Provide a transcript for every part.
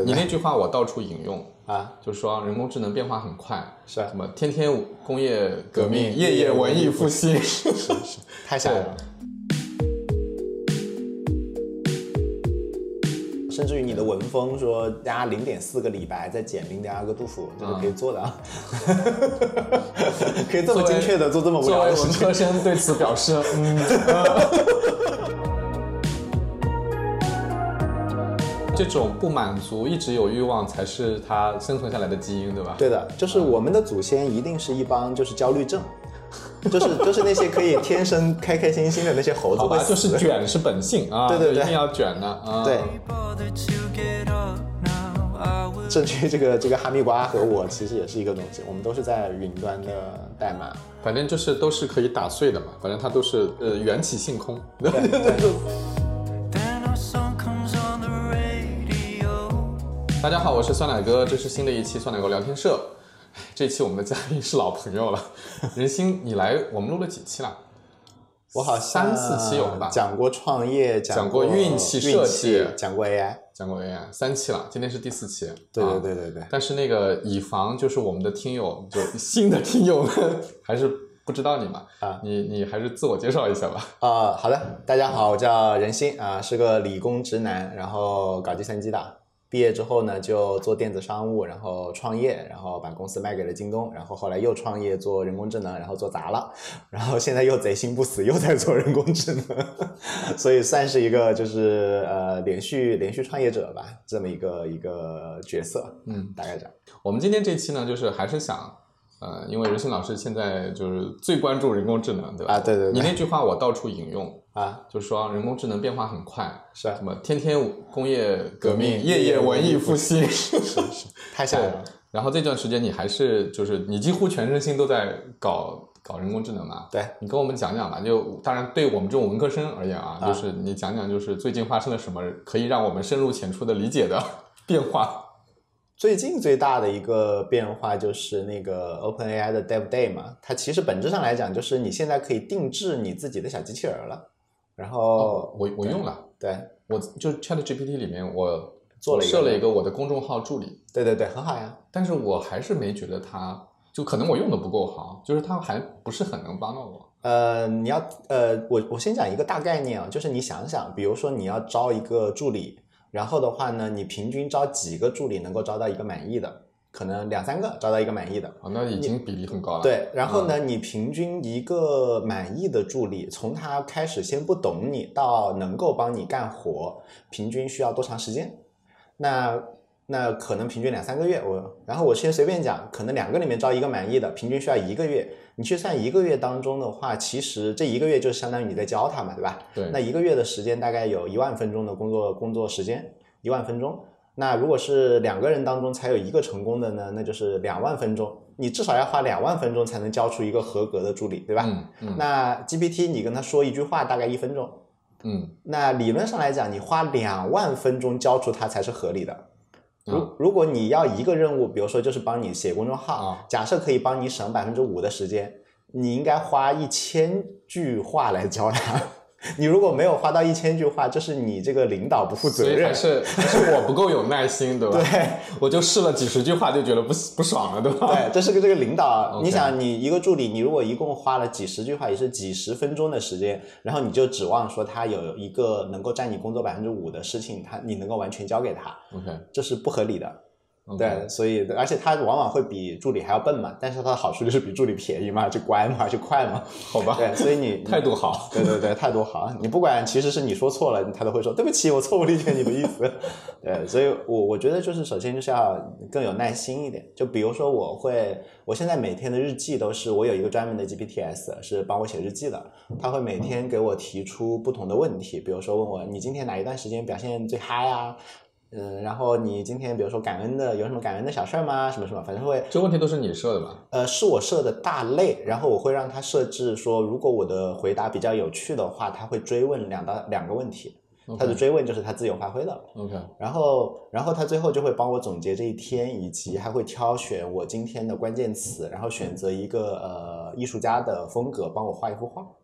对， 你那句话我到处引用啊， 就是说人工智能变化很快， 是什么天天工业革命，夜夜文艺复兴， 是，太吓人了。甚至于你的文风说加0.4个李白再减0.2个杜甫，这是可以做的啊，可以这么精确的做这么无聊的事情。 作为文科生对此表示，这种不满足、一直有欲望，才是它生存下来的基因，对吧？ 对的，就是我们的祖先一定是一帮就是焦虑症。就是那些可以天生开开心心的那些猴子会死， 就是卷是本性啊， 对， 一定要卷的啊。 对，证据这个哈密瓜和我其实也是一个东西，我们都是在云端的代码， 反正就是都是可以打碎的嘛，反正它都是缘起性空。 对。 大家好，我是酸奶哥，这是新的一期酸奶哥聊天社。这期我们的嘉宾是老朋友了，任心，你来我们录了几期了？ 我好像 3、4期有了吧？ 讲过创业， 讲过运气设计， 讲过 AI， 讲过 AI， 3期了，今天是第4期。 对。 但是那个以防就是我们的听友，就新的听友们还是不知道你嘛啊，你还是自我介绍一下吧。 好的，大家好，我叫任心啊，是个理工直男，然后搞计算机的。毕业之后呢，就做电子商务，然后创业，然后把公司卖给了京东，然后后来又创业做人工智能，然后做砸了，然后现在又贼心不死，又在做人工智能，所以算是一个就是连续创业者吧，这么一个角色，大概这样。 我们今天这期呢，就是还是想。因为任心老师现在就是最关注人工智能，对吧？ 啊，对。 你那句话我到处引用啊， 就是说人工智能变化很快， 是什么天天工业革命，夜夜文艺复兴， 是，太吓人了。 然后这段时间你还是就是你几乎全身心都在搞人工智能嘛？ 对， 你跟我们讲讲吧。就当然对我们这种文科生而言啊，就是你讲讲就是最近发生了什么可以让我们深入浅出的理解的变化。 最近最大的一个变化就是那个 OpenAI 的 Dev Day 嘛，它其实本质上来讲就是你现在可以定制你自己的小机器人了。然后我用了， 对， 我就 ChatGPT 里面我设了一个我的公众号助理， 对，很好呀。 但是我还是没觉得它，就可能我用的不够好，就是它还不是很能帮到我。 你要我先讲一个大概念啊，就是你想想，比如说你要招一个助理。然后的话呢，你平均招几个助理能够招到一个满意的？可能2、3个招到一个满意的。 那已经比例很高了。 对，然后呢，你平均一个满意的助理，从他开始先不懂你到能够帮你干活，平均需要多长时间？那可能平均2、3个月。然后我先随便讲，可能2个里面招一个满意的，平均需要1个月。你去算1个月当中的话，其实这1个月就相当于你在教他嘛，对吧？ 对。 那1个月的时间大概有1万分钟的工作时间，1万分钟。那如果是2个人当中才有1个成功的呢，那就是2万分钟。你至少要花2万分钟才能教出一个合格的助理，对吧？那 GPT 你跟他说一句话大概1分钟。那理论上来讲，你花2万分钟教出它才是合理的。如果你要一个任务，比如说就是帮你写公众号，假设可以帮你省5%的时间，你应该花1000句话来教他。你如果没有花到1000句话，就是你这个领导不负责任， 所以还是我不够有耐心，对吧？ 对， 我就试了几十句话就觉得不爽了，对吧？ 对，这是这个领导。你想，你一个助理，你如果一共花了几十句话，也是几十分钟的时间，然后你就指望说他有一个能够占你工作5%的事情，你能够完全交给他，这是不合理的。对，所以而且他往往会比助理还要笨嘛，但是他的好处就是比助理便宜嘛，就乖嘛，就快嘛， 好吧？ 对，所以你态度好， 对，态度好，你不管其实是你说错了，他都会说对不起，我错误理解你的意思。对，所以我觉得就是首先就是要更有耐心一点，就比如说我现在每天的日记都是我有一个专门的 GPTs 是帮我写日记的，他会每天给我提出不同的问题，比如说问我你今天哪一段时间表现最嗨啊？然后你今天比如说有什么感恩的小事吗？什么，反正会。 这问题都是你设的吧？ 是我设的大类，然后我会让他设置说，如果我的回答比较有趣的话，他会追问2个问题。他的追问就是他自由发挥的。 OK。 然后他最后就会帮我总结这一天，以及还会挑选我今天的关键词，然后选择一个艺术家的风格帮我画一幅画。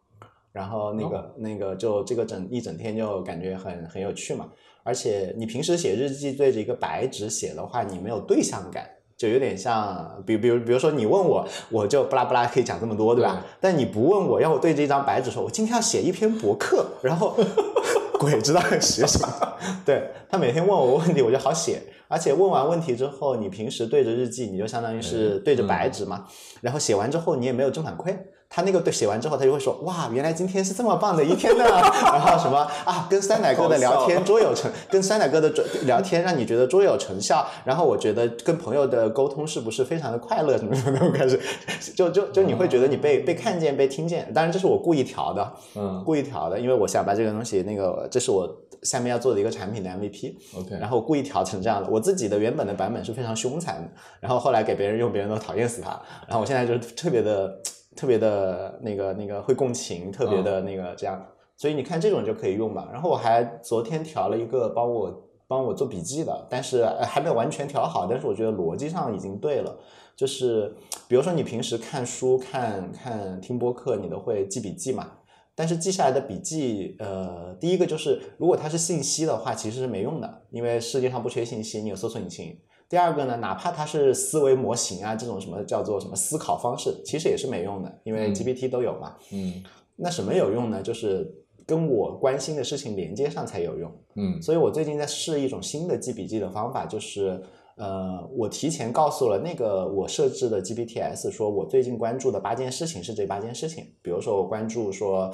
然后那个就这个一整天就感觉很有趣嘛。而且你平时写日记对着一个白纸写的话，你没有对象感，就有点像，比如说你问我，我就不拉不拉可以讲这么多，对吧？但你不问我，要我对着一张白纸说，我今天要写一篇博客，然后鬼知道要写什么。对，他每天问我问题，我就好写。而且问完问题之后，你平时对着日记，你就相当于是对着白纸嘛。然后写完之后，你也没有正反馈。他那个写完之后，他就会说：“哇，原来今天是这么棒的一天呢。”然后什么啊，跟酸奶哥的聊天跟酸奶哥的聊天让你觉得卓有成效。然后我觉得跟朋友的沟通是不是非常的快乐？什么什么的，开始就你会觉得你被看见、被听见。当然这是我故意调的，故意调的，因为我想把这个东西这是我下面要做的一个产品的 MVP。OK， 然后故意调成这样的。我自己的原本的版本是非常凶残的，然后后来给别人用，别人都讨厌死他。然后我现在就特别的那个会共情，特别的那个这样，所以你看这种就可以用嘛。然后我还昨天调了一个帮我做笔记的，但是还没有完全调好，但是我觉得逻辑上已经对了。就是比如说你平时看书、看听播客，你都会记笔记嘛。但是记下来的笔记，第一个就是如果它是信息的话，其实是没用的，因为世界上不缺信息，你有搜索引擎。第二个呢，哪怕它是思维模型啊，这种什么叫做什么思考方式，其实也是没用的，因为 GPT 都有嘛。那什么有用呢？就是跟我关心的事情连接上才有用。所以我最近在试一种新的记笔记的方法，就是我提前告诉了那个我设置的 GPTs 说我最近关注的8件事情是这8件事情。比如说我关注说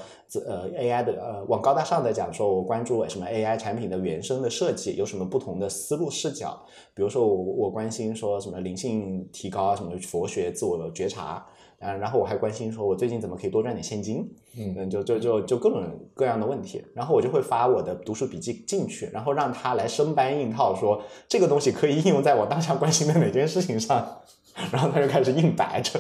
AI 的往高大上的讲，说我关注什么 AI 产品的原生的设计有什么不同的思路视角。比如说我关心说什么灵性提高，什么佛学自我觉察。然后我还关心说我最近怎么可以多赚点现金。就各种各样的问题，然后我就会发我的读书笔记进去，然后让他来生搬硬套，说这个东西可以应用在我当下关心的哪件事情上，然后他就开始硬摆着。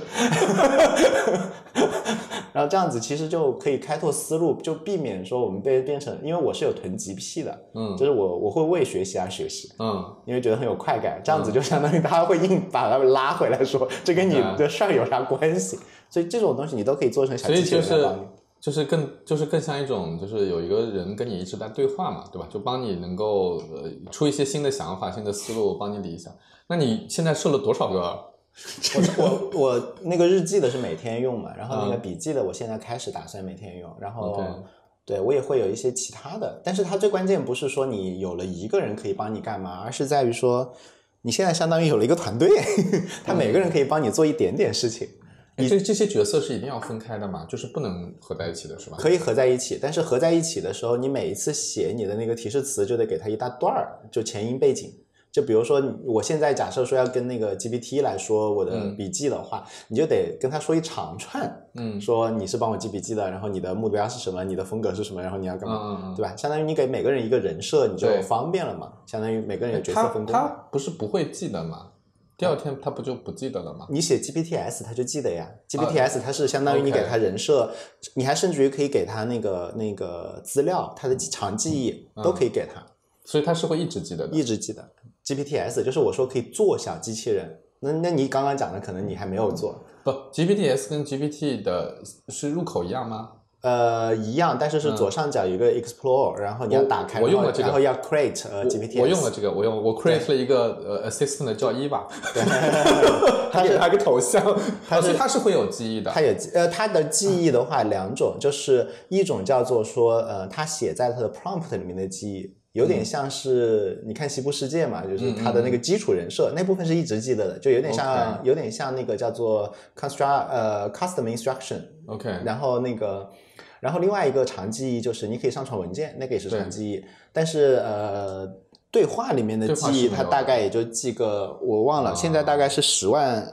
然后这样子其实就可以开拓思路，就避免说我们被变成，因为我是有囤积癖的，就是我会为学习而学习，因为觉得很有快感，这样子就相当于他会硬把他们拉回来说，这跟你的事儿有啥关系？所以这种东西你都可以做成小机器人来帮你。 就是更像一种，就是有一个人跟你一直在对话嘛，对吧？就帮你能够出一些新的想法、新的思路，帮你理一下。那你现在设了多少个？ 我那个日记的是每天用嘛，然后那个笔记的我现在开始打算每天用，然后对我也会有一些其他的，但是它最关键不是说你有了一个人可以帮你干嘛，而是在于说你现在相当于有了一个团队，他每个人可以帮你做一点点事情。 这些角色是一定要分开的吗？就是不能合在一起的是吧？ 可以合在一起，但是合在一起的时候，你每一次写你的那个提示词就得给它一大段儿，就前因背景。就比如说我现在假设说要跟那个 GPT 来说我的笔记的话，你就得跟他说一长串，说你是帮我记笔记的，然后你的目标是什么，你的风格是什么，然后你要干嘛，对吧？相当于你给每个人一个人设，你就方便了嘛，相当于每个人有角色分工。 他不是不会记得吗？第二天他不就不记得了吗？ 你写 GPTs 他就记得呀。GPTs 它是相当于你给他人设，你还甚至于可以给他那个资料，他的长记忆都可以给他， 所以他是会一直记得的。 一直记得。GPTs 就是我说可以做小机器人，那你刚刚讲的可能你还没有做。 不 ，GPTs 跟 GPT 的是入口一样吗？ 一样，但是是左上角有一个 Explore，然后你要打开， 我用了这个， 然后要 Create GPTs。 我用了这个，我 create 了一个assistant 叫伊娃，他给他个头像，他是会有记忆的。 它的记忆的话两种，就是一种叫做说它写在它的 prompt 里面的记忆。有点像是你看西部世界嘛，就是它的那个基础人设那部分是一直记得的，就有点像那个叫做 custom instruction。OK， 然后另外一个长记忆就是你可以上传文件，那个也是长记忆，但是对话里面的记忆它大概也就记个我忘了，现在大概是10万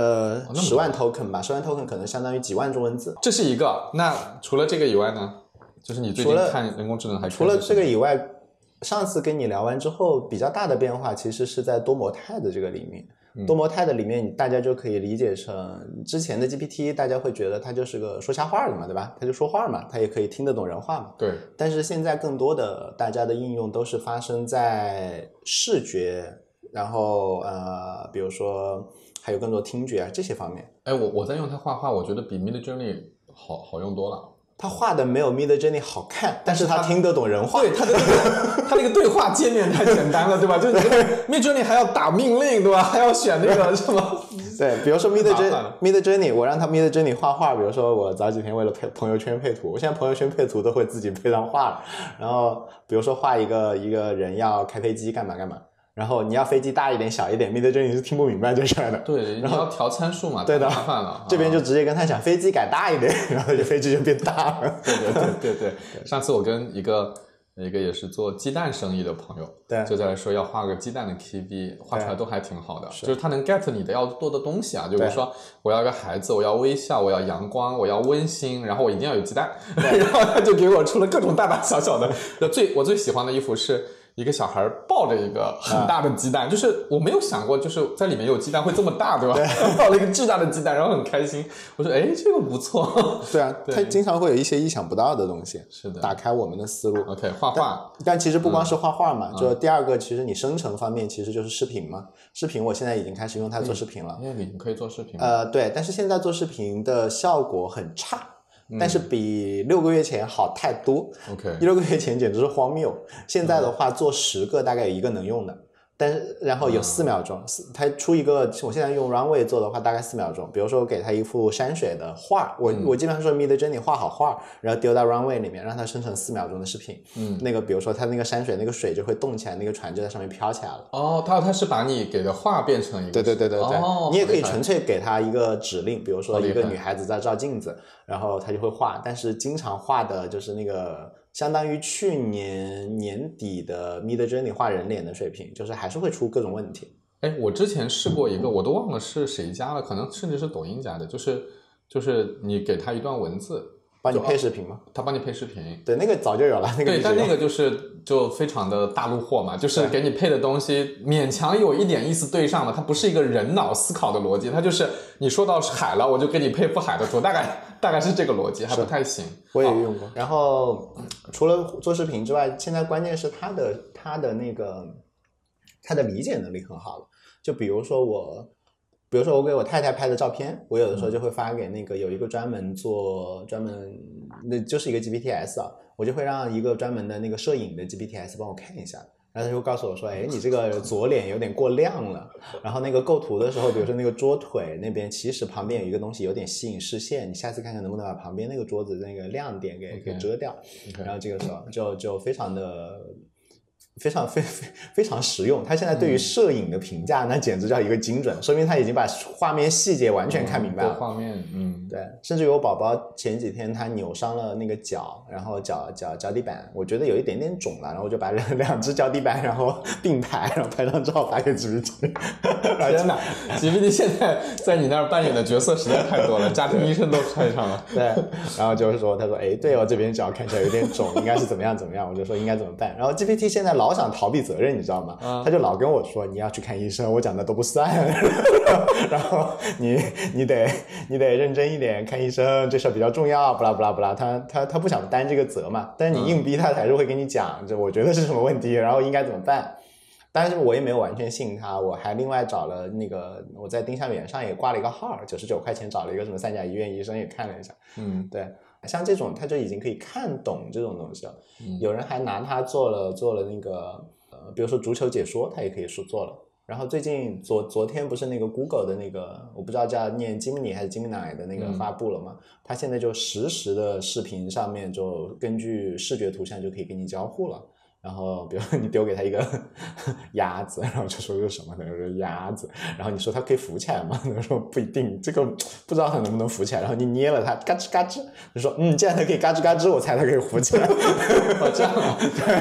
token 吧，10万 token 可能相当于几万中文字。 这是一个。那除了这个以外呢？就是你最近看人工智能还除了这个以外。上次跟你聊完之后，比较大的变化其实是在多模态的这个里面。多模态的里面，大家就可以理解成之前的 GPT， 大家会觉得它就是个说瞎话的嘛，对吧？它就说话嘛，它也可以听得懂人话嘛。 对。 但是现在更多的大家的应用都是发生在视觉，然后比如说还有更多听觉啊这些方面。 我在用它画画，我觉得比 Midjourney 好用多了。 他画的没有 Midjourney 好看，但是他听得懂人话。 对，他那个对话界面太简单了，对吧？就是 Midjourney 还要打命令，对吧？还要选那个什么？ 对，比如说 Midjourney， 我让他 Midjourney 画画，比如说我早几天为了朋友圈配图，我现在朋友圈配图都会自己配上画了。然后比如说画一个人要开飞机干嘛干嘛。然后你要飞机大一点小一点 Midjourney 是听不明白这事儿的。 对，你要调参数嘛， 对的， 太麻烦了。 这边就直接跟他讲飞机改大一点，然后飞机就变大了。 对。上次我跟一个也是做鸡蛋生意的朋友， 对， 就在说要画个鸡蛋的 KV， 画出来都还挺好的，就是他能 get 你的要做的东西啊，就比如说我要一个孩子，我要微笑，我要阳光，我要温馨，然后我一定要有鸡蛋，然后他就给我出了各种大大小小的。我最喜欢的一幅是一个小孩抱着一个很大的鸡蛋，就是我没有想过就是在里面有鸡蛋会这么大，对吧？抱了一个巨大的鸡蛋，然后很开心。我说哎，这个不错。 对啊，他经常会有一些意想不到的东西， 是的， 打开我们的思路。 OK， 画画。 但其实不光是画画嘛，就第二个其实你生成方面其实就是视频嘛。视频我现在已经开始用它做视频了。 因为你可以做视频吗？ 对，但是现在做视频的效果很差。但是比6个月前好太多。 OK， 6个月前简直是荒谬。现在的话做10个大概有1个能用的，但是然后有4秒钟，它出一个，我现在用 Runway 做的话大概4秒钟。比如说我给它一幅山水的画，我基本上说 Midjourney 画好画，然后丢到 Runway 里面，让它生成4秒钟的视频。那个比如说它那个山水那个水就会动起来，那个船就在上面飘起来了。 哦，它是把你给的画变成一个， 对、 哦， 你也可以纯粹给它一个指令，比如说一个女孩子在照镜子，然后它就会画。但是经常画的就是那个相当于去年年底的 Midjourney 画人脸的水平，就是还是会出各种问题。 哎，我之前试过一个，我都忘了是谁家了，可能甚至是抖音家的，就是你给他一段文字， 帮你配视频吗？ 他帮你配视频。 对，那个早就有了。 对，但那个就非常的大陆货嘛，就是给你配的东西勉强有一点意思对上了，它不是一个人脑思考的逻辑，它就是你说到海了，我就给你配幅海的图，大概是这个逻辑，还不太行。 我也用过。然后除了做视频之外，现在关键是他的那个他的理解能力很好了。就比如说我给我太太拍的照片，我有的时候就会发给那个有一个专门那就是一个 GPTs 啊，我就会让一个专门的那个摄影的 GPTs 帮我看一下，然后他就告诉我说，哎，你这个左脸有点过亮了，然后那个构图的时候，比如说那个桌腿那边其实旁边有一个东西有点吸引视线，你下次看看能不能把旁边那个桌子那个亮点给遮掉。然后这个时候就非常的非常实用。他现在对于摄影的评价那简直叫一个精准，说明他已经把画面细节完全看明白了。 画面， 对，甚至有宝宝前几天他扭伤了那个脚，然后脚底板我觉得有一点点肿了，然后我就把两只脚底板然后并排，然后拍张照发给 GPT。 天哪， GPT 现在在你那儿扮演的角色实在太多了，家庭医生都派上了。 对，然后就是说他说哎，对哦，这边脚看起来有点肿，应该是怎么样，我就说应该怎么办。然后 GPT 现在老想逃避责任，你知道吗？他就老跟我说你要去看医生，我讲的都不算。然后你得认真一点，看医生这事比较重要，不啦不啦不啦。他不想担这个责嘛，但是你硬逼他还是会跟你讲，这我觉得是什么问题，然后应该怎么办。但是我也没有完全信他，我还另外找了那个，我在丁香园上也挂了一个号，99块钱找了一个什么3甲医院医生也看了一下。对，像这种他就已经可以看懂这种东西了。有人还拿它做了那个比如说足球解说，他也可以说做了。然后最近昨天不是那个 Google 的那个，我不知道叫念 Gemini 还是 Gemini 的那个发布了吗？它现在就实时的视频上面就根据视觉图像就可以给你交互了。然后比如说你丢给他一个鸭子，然后就说是什么呢？是鸭子。然后你说它可以浮起来吗？他说不一定，这个不知道它能不能浮起来。然后你捏了它，嘎吱嘎吱，你说既然它可以嘎吱嘎吱，我猜它可以浮起来。 这样啊？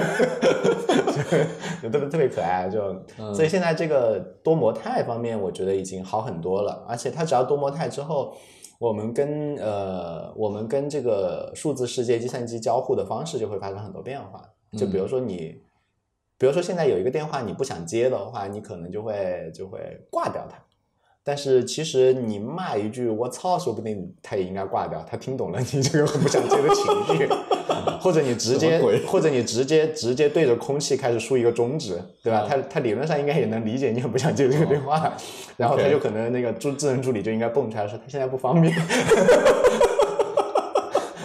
对，特别可爱。所以现在这个多模态方面，我觉得已经好很多了。而且它只要多模态之后，我们跟这个数字世界计算机交互的方式就会发生很多变化。就比如说现在有一个电话你不想接的话，你可能就会挂掉它。但是其实你骂一句我操，说不定他也应该挂掉，他听懂了你这个很不想接的情绪。或者你直接对着空气开始竖一个中指，对吧？他理论上应该也能理解你很不想接这个电话，然后他就可能那个智能助理就应该蹦出来说他现在不方便。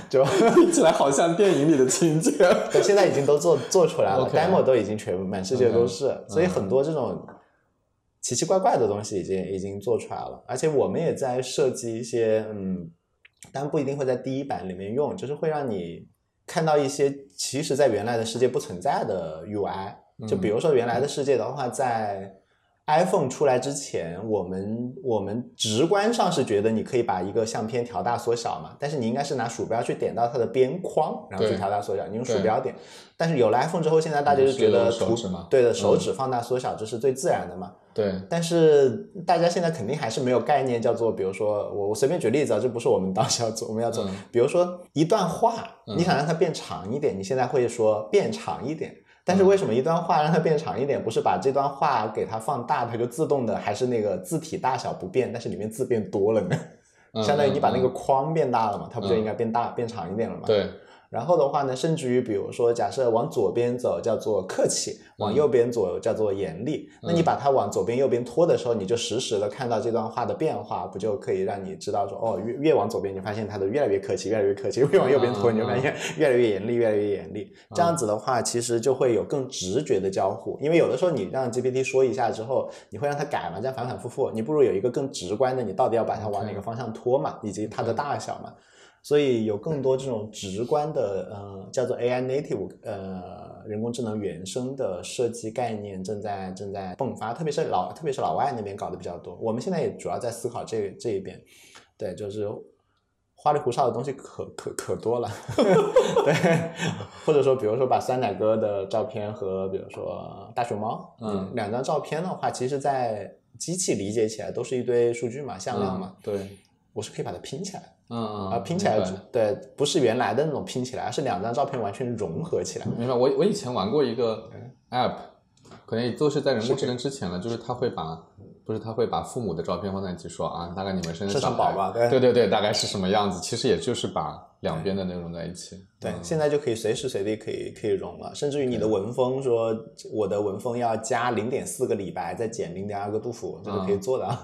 就听起来好像电影里的情节。 对，现在已经都做出来了 Okay. demo 都已经满世界都是 Okay. 所以很多这种奇奇怪怪的东西已经做出来了，而且我们也在设计一些但不一定会在第一版里面用，就是会让你看到一些其实在原来的世界不存在的 UI，就比如说原来的世界的话，在 iPhone 出来之前，我们直观上是觉得你可以把一个相片调大缩小嘛，但是你应该是拿鼠标去点到它的边框，然后去调大缩小，你用鼠标点。但是有了 iPhone 之后，现在大家就觉得对的手指放大缩小这是最自然的嘛。 对。 但是大家现在肯定还是没有概念，叫做比如说我随便举例子啊，这不是我们当时要做，我们要做，比如说一段话，你想让它变长一点，你现在会说变长一点。但是为什么一段话让它变长一点，不是把这段话给它放大，它就自动的还是那个字体大小不变，但是里面字变多了呢？相当于你把那个框变大了嘛，它不就应该变长一点了嘛？ 对。 然后的话呢，甚至于比如说假设往左边走叫做客气，往右边走叫做严厉，那你把它往左边右边拖的时候，你就实时的看到这段话的变化，不就可以让你知道说哦，越往左边你发现它的越来越客气，越来越客气，越往右边拖你就发现越来越严厉，越来越严厉。这样子的话其实就会有更直觉的交互，因为有的时候你让 GPT 说一下之后，你会让它改嘛，这样反反复复，你不如有一个更直观的，你到底要把它往哪个方向拖嘛，以及它的大小嘛。所以有更多这种直观的叫做 AI native 人工智能原生的设计概念正在迸发，特别是老外那边搞的比较多，我们现在也主要在思考这一边。对，就是花里胡哨的东西可多了对，或者说比如说把酸奶哥的照片和比如说大熊猫两张照片的话，其实在机器理解起来都是一堆数据嘛，向量嘛， 对， 我是可以把它拼起来拼起来，对，不是原来的那种拼起来，而是两张照片完全融合起来。 明白。我以前玩过一个 app， 可能也都是在人工智能之前了，就是他会把父母的照片放在一起说啊，大概你们生小宝宝， 对，大概是什么样子，其实也就是把两边的内容在一起。 对，现在就可以随时随地可以融了，甚至于你的文风说我的文风要加 0.4 个李白，再减 0.2 个杜甫，这是可以做的啊。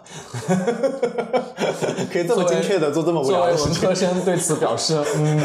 可以这么精确的做这么无聊的事情。 作为文科生对此表示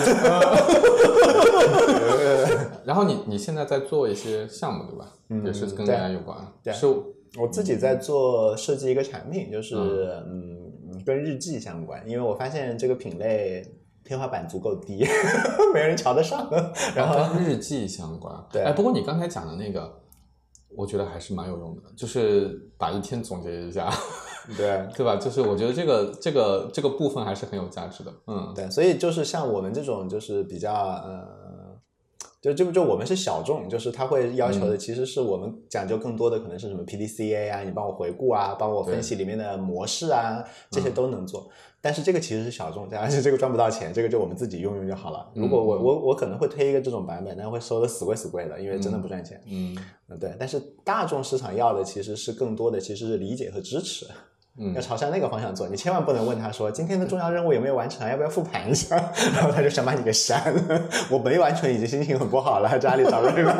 然后你现在在做一些项目对吧？也是跟 AI 有关。 对，是我自己在设计一个产品，就是跟日记相关，因为我发现这个品类天花板足够低没人瞧得上，然后跟日记相关。 对， 不过你刚才讲的那个我觉得还是蛮有用的，就是把一天总结一下对吧，就是我觉得这个部分还是很有价值的。 对，所以就是像我们这种就是比较就我们是小众，就是他会要求的其实是我们讲究更多的可能是什么 PDCA 啊，你帮我回顾啊，帮我分析里面的模式啊，这些都能做。但是这个其实是小众，而且这个赚不到钱，这个就我们自己用就好了。如果我可能会推一个这种版本，但会收的死贵的，因为真的不赚钱。对。但是大众市场要的其实是更多的其实是理解和支持。要朝向那个方向做，你千万不能问他说今天的重要任务有没有完成，要不要复盘一下，然后他就想把你给删了。我没完成已经心情很不好了，家里找个人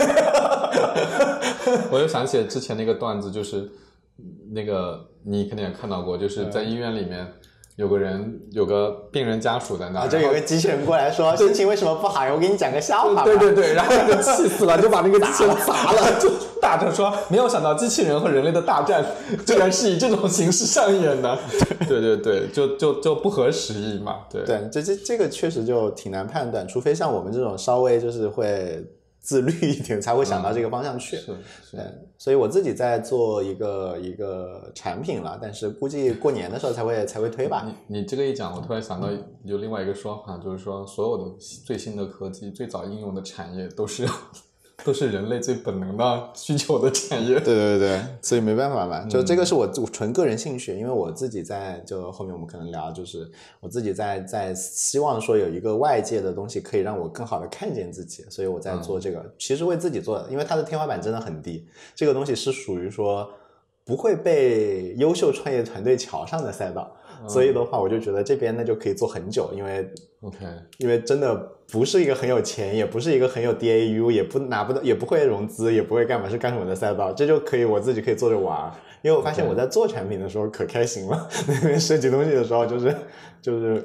我又想起之前那个段子，就是那个你肯定也看到过，就是在医院里面有个病人家属在那， 就有个机器人过来说心情为什么不好呀，我给你讲个笑话吧。 对，然后就气死了，就把那个机器人砸了，就大着说没有想到机器人和人类的大战居然是以这种形式上演的。对，就不合时宜嘛。对， 这个确实就挺难判断，除非像我们这种稍微就是会自律一点才会想到这个方向去。 是。 所以我自己在做一个产品了，但是估计过年的时候才会推吧。 你这个一讲，我突然想到有另外一个说法，就是说所有的最新的科技最早应用的产业都是人类最本能的需求的产业。 对，所以没办法嘛，就这个是我纯个人兴趣，因为我自己就后面我们可能聊，就是我自己在希望说有一个外界的东西可以让我更好的看见自己，所以我在做这个，其实为自己做的，因为它的天花板真的很低，这个东西是属于说不会被优秀创业团队瞧上的赛道。所以的话我就觉得这边呢就可以做很久，因为真的不是一个很有钱，也不是一个很有 DAU， 也不会融资，也不会干嘛，是干什么的赛道，这就可以我自己可以做着玩。因为我发现我在做产品的时候可开心了，那边设计东西的时候就是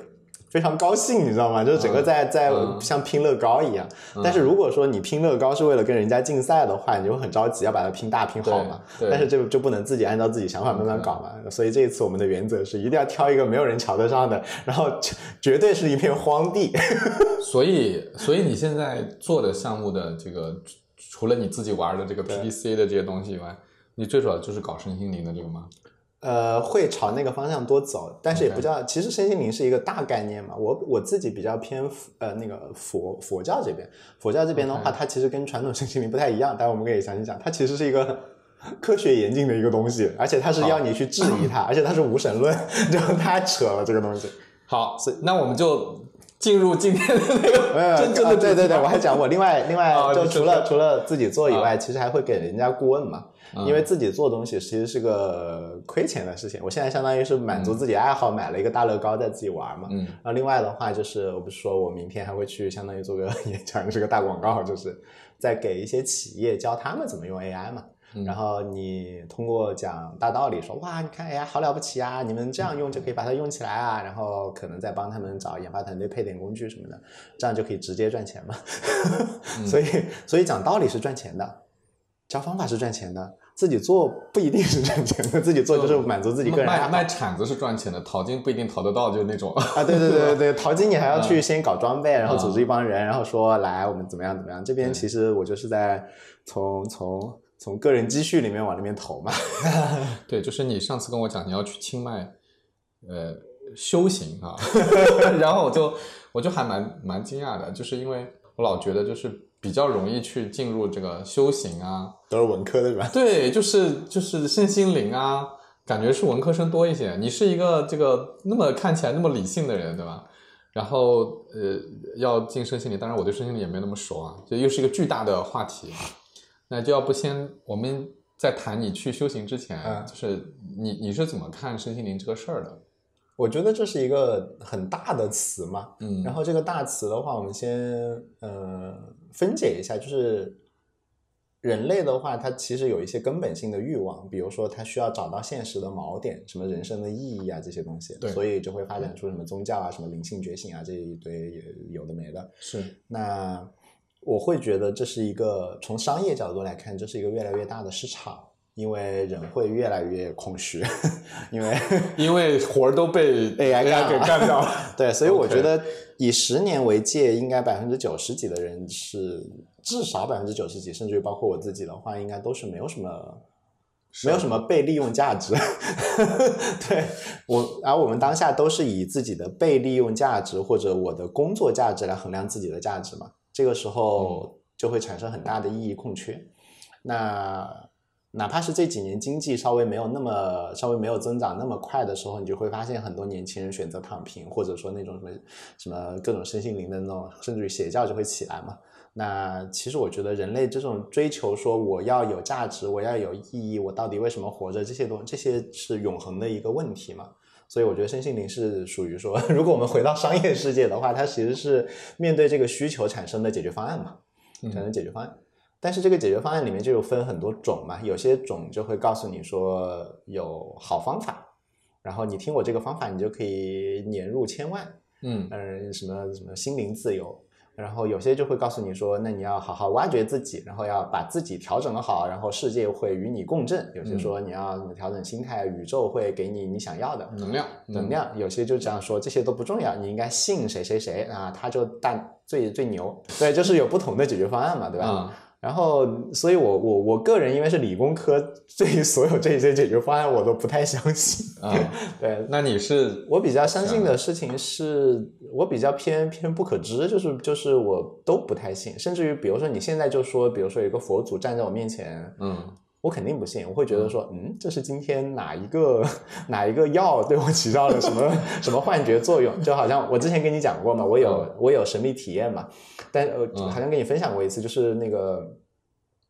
非常高兴，你知道吗？就是整个在像拼乐高一样。但是如果说你拼乐高是为了跟人家竞赛的话，你就很着急要把它拼大拼好嘛。但是这就不能自己按照自己想法慢慢搞嘛。所以这一次我们的原则是一定要挑一个没有人瞧得上的，然后绝对是一片荒地。 所以你现在做的项目的这个，除了你自己玩的这个 PDC 的这些东西以外，你最主要就是搞身心灵的这个吗？ 会朝那个方向多走，但是也不叫，其实身心灵是一个大概念嘛。我自己比较偏那个佛教这边，佛教这边的话，它其实跟传统身心灵不太一样，待会我们可以详细讲，它其实是一个科学严谨的一个东西，而且它是要你去质疑它，而且它是无神论，就太扯了这个东西。 好，那我们就进入今天的那个真正的对，我还讲我另外就除了自己做以外，其实还会给人家顾问嘛。因为自己做东西其实是个亏钱的事情，我现在相当于是满足自己爱好，买了一个大乐高在自己玩嘛。然后另外的话就是我不是说我明天还会去相当于做个演讲，是个大广告，就是在给一些企业教他们怎么用 AI 嘛。然后你通过讲大道理说，哇你看 AI 好了不起啊，你们这样用就可以把它用起来啊，然后可能再帮他们找研发团队配点工具什么的，这样就可以直接赚钱嘛。所以讲道理是赚钱的，教方法是赚钱的，自己做不一定是赚钱的，自己做就是满足自己个人爱好。 卖铲子是赚钱的，淘金不一定淘得到，就是那种啊，对，淘金你还要去先搞装备，然后组织一帮人，然后说来我们怎么样。这边其实我就是在从个人积蓄里面往里面投嘛。 对，就是你上次跟我讲你要去清迈修行啊，然后我就还蛮惊讶的，就是因为我老觉得就是比较容易去进入这个修行啊， 都是文科的是吧？ 对，就是身心灵啊，感觉是文科生多一些。你是一个这个那么看起来那么理性的人，对吧？然后要进身心灵，当然我对身心灵也没那么熟啊，这又是一个巨大的话题。那就要不先我们在谈你去修行之前，就是你是怎么看身心灵这个事儿的？ 我觉得这是一个很大的词嘛，然后这个大词的话，我们先分解一下，就是人类的话，它其实有一些根本性的欲望，比如说它需要找到现实的锚点，什么人生的意义啊这些东西，所以就会发展出什么宗教啊、什么灵性觉醒啊这一堆也有的没的。 是， 那我会觉得这是一个从商业角度来看，这是一个越来越大的市场。因为人会越来越空虚， 因为活儿都被 AI 给干掉了。 对，所以我觉得以10年为界，应该90%几的人是至少90%几，甚至于包括我自己的话，应该都是没有什么被利用价值。对，而我们当下都是以自己的被利用价值或者我的工作价值来衡量自己的价值嘛，这个时候就会产生很大的意义空缺。那哪怕是这几年经济稍微没有增长那么快的时候，你就会发现很多年轻人选择躺平，或者说那种什么各种身心灵的那种，甚至于邪教就会起来嘛。那其实我觉得人类这种追求说我要有价值，我要有意义，我到底为什么活着，这些是永恒的一个问题嘛。所以我觉得身心灵是属于说，如果我们回到商业世界的话，它其实是面对这个需求产生的解决方案嘛，产生解决方案。但是这个解决方案里面就有分很多种嘛，有些种就会告诉你说有好方法，然后你听我这个方法，你就可以年入1000万，什么心灵自由。然后有些就会告诉你说，那你要好好挖掘自己，然后要把自己调整好，然后世界会与你共振。有些说你要调整心态，宇宙会给你想要的能量。有些就这样说，这些都不重要，你应该信谁啊，他就最牛。对，就是有不同的解决方案嘛，对吧？然后所以我个人因为是理工科，对于所有这些解决方案我都不太相信。对， 那我比较相信的事情是我比较偏不可知，就是我都不太信，甚至于比如说你现在就说，比如说有一个佛祖站在我面前，我肯定不信，我会觉得说，这是今天哪一个药对我起到了什么幻觉作用？就好像我之前跟你讲过嘛，我有神秘体验嘛，但好像跟你分享过一次，就是那个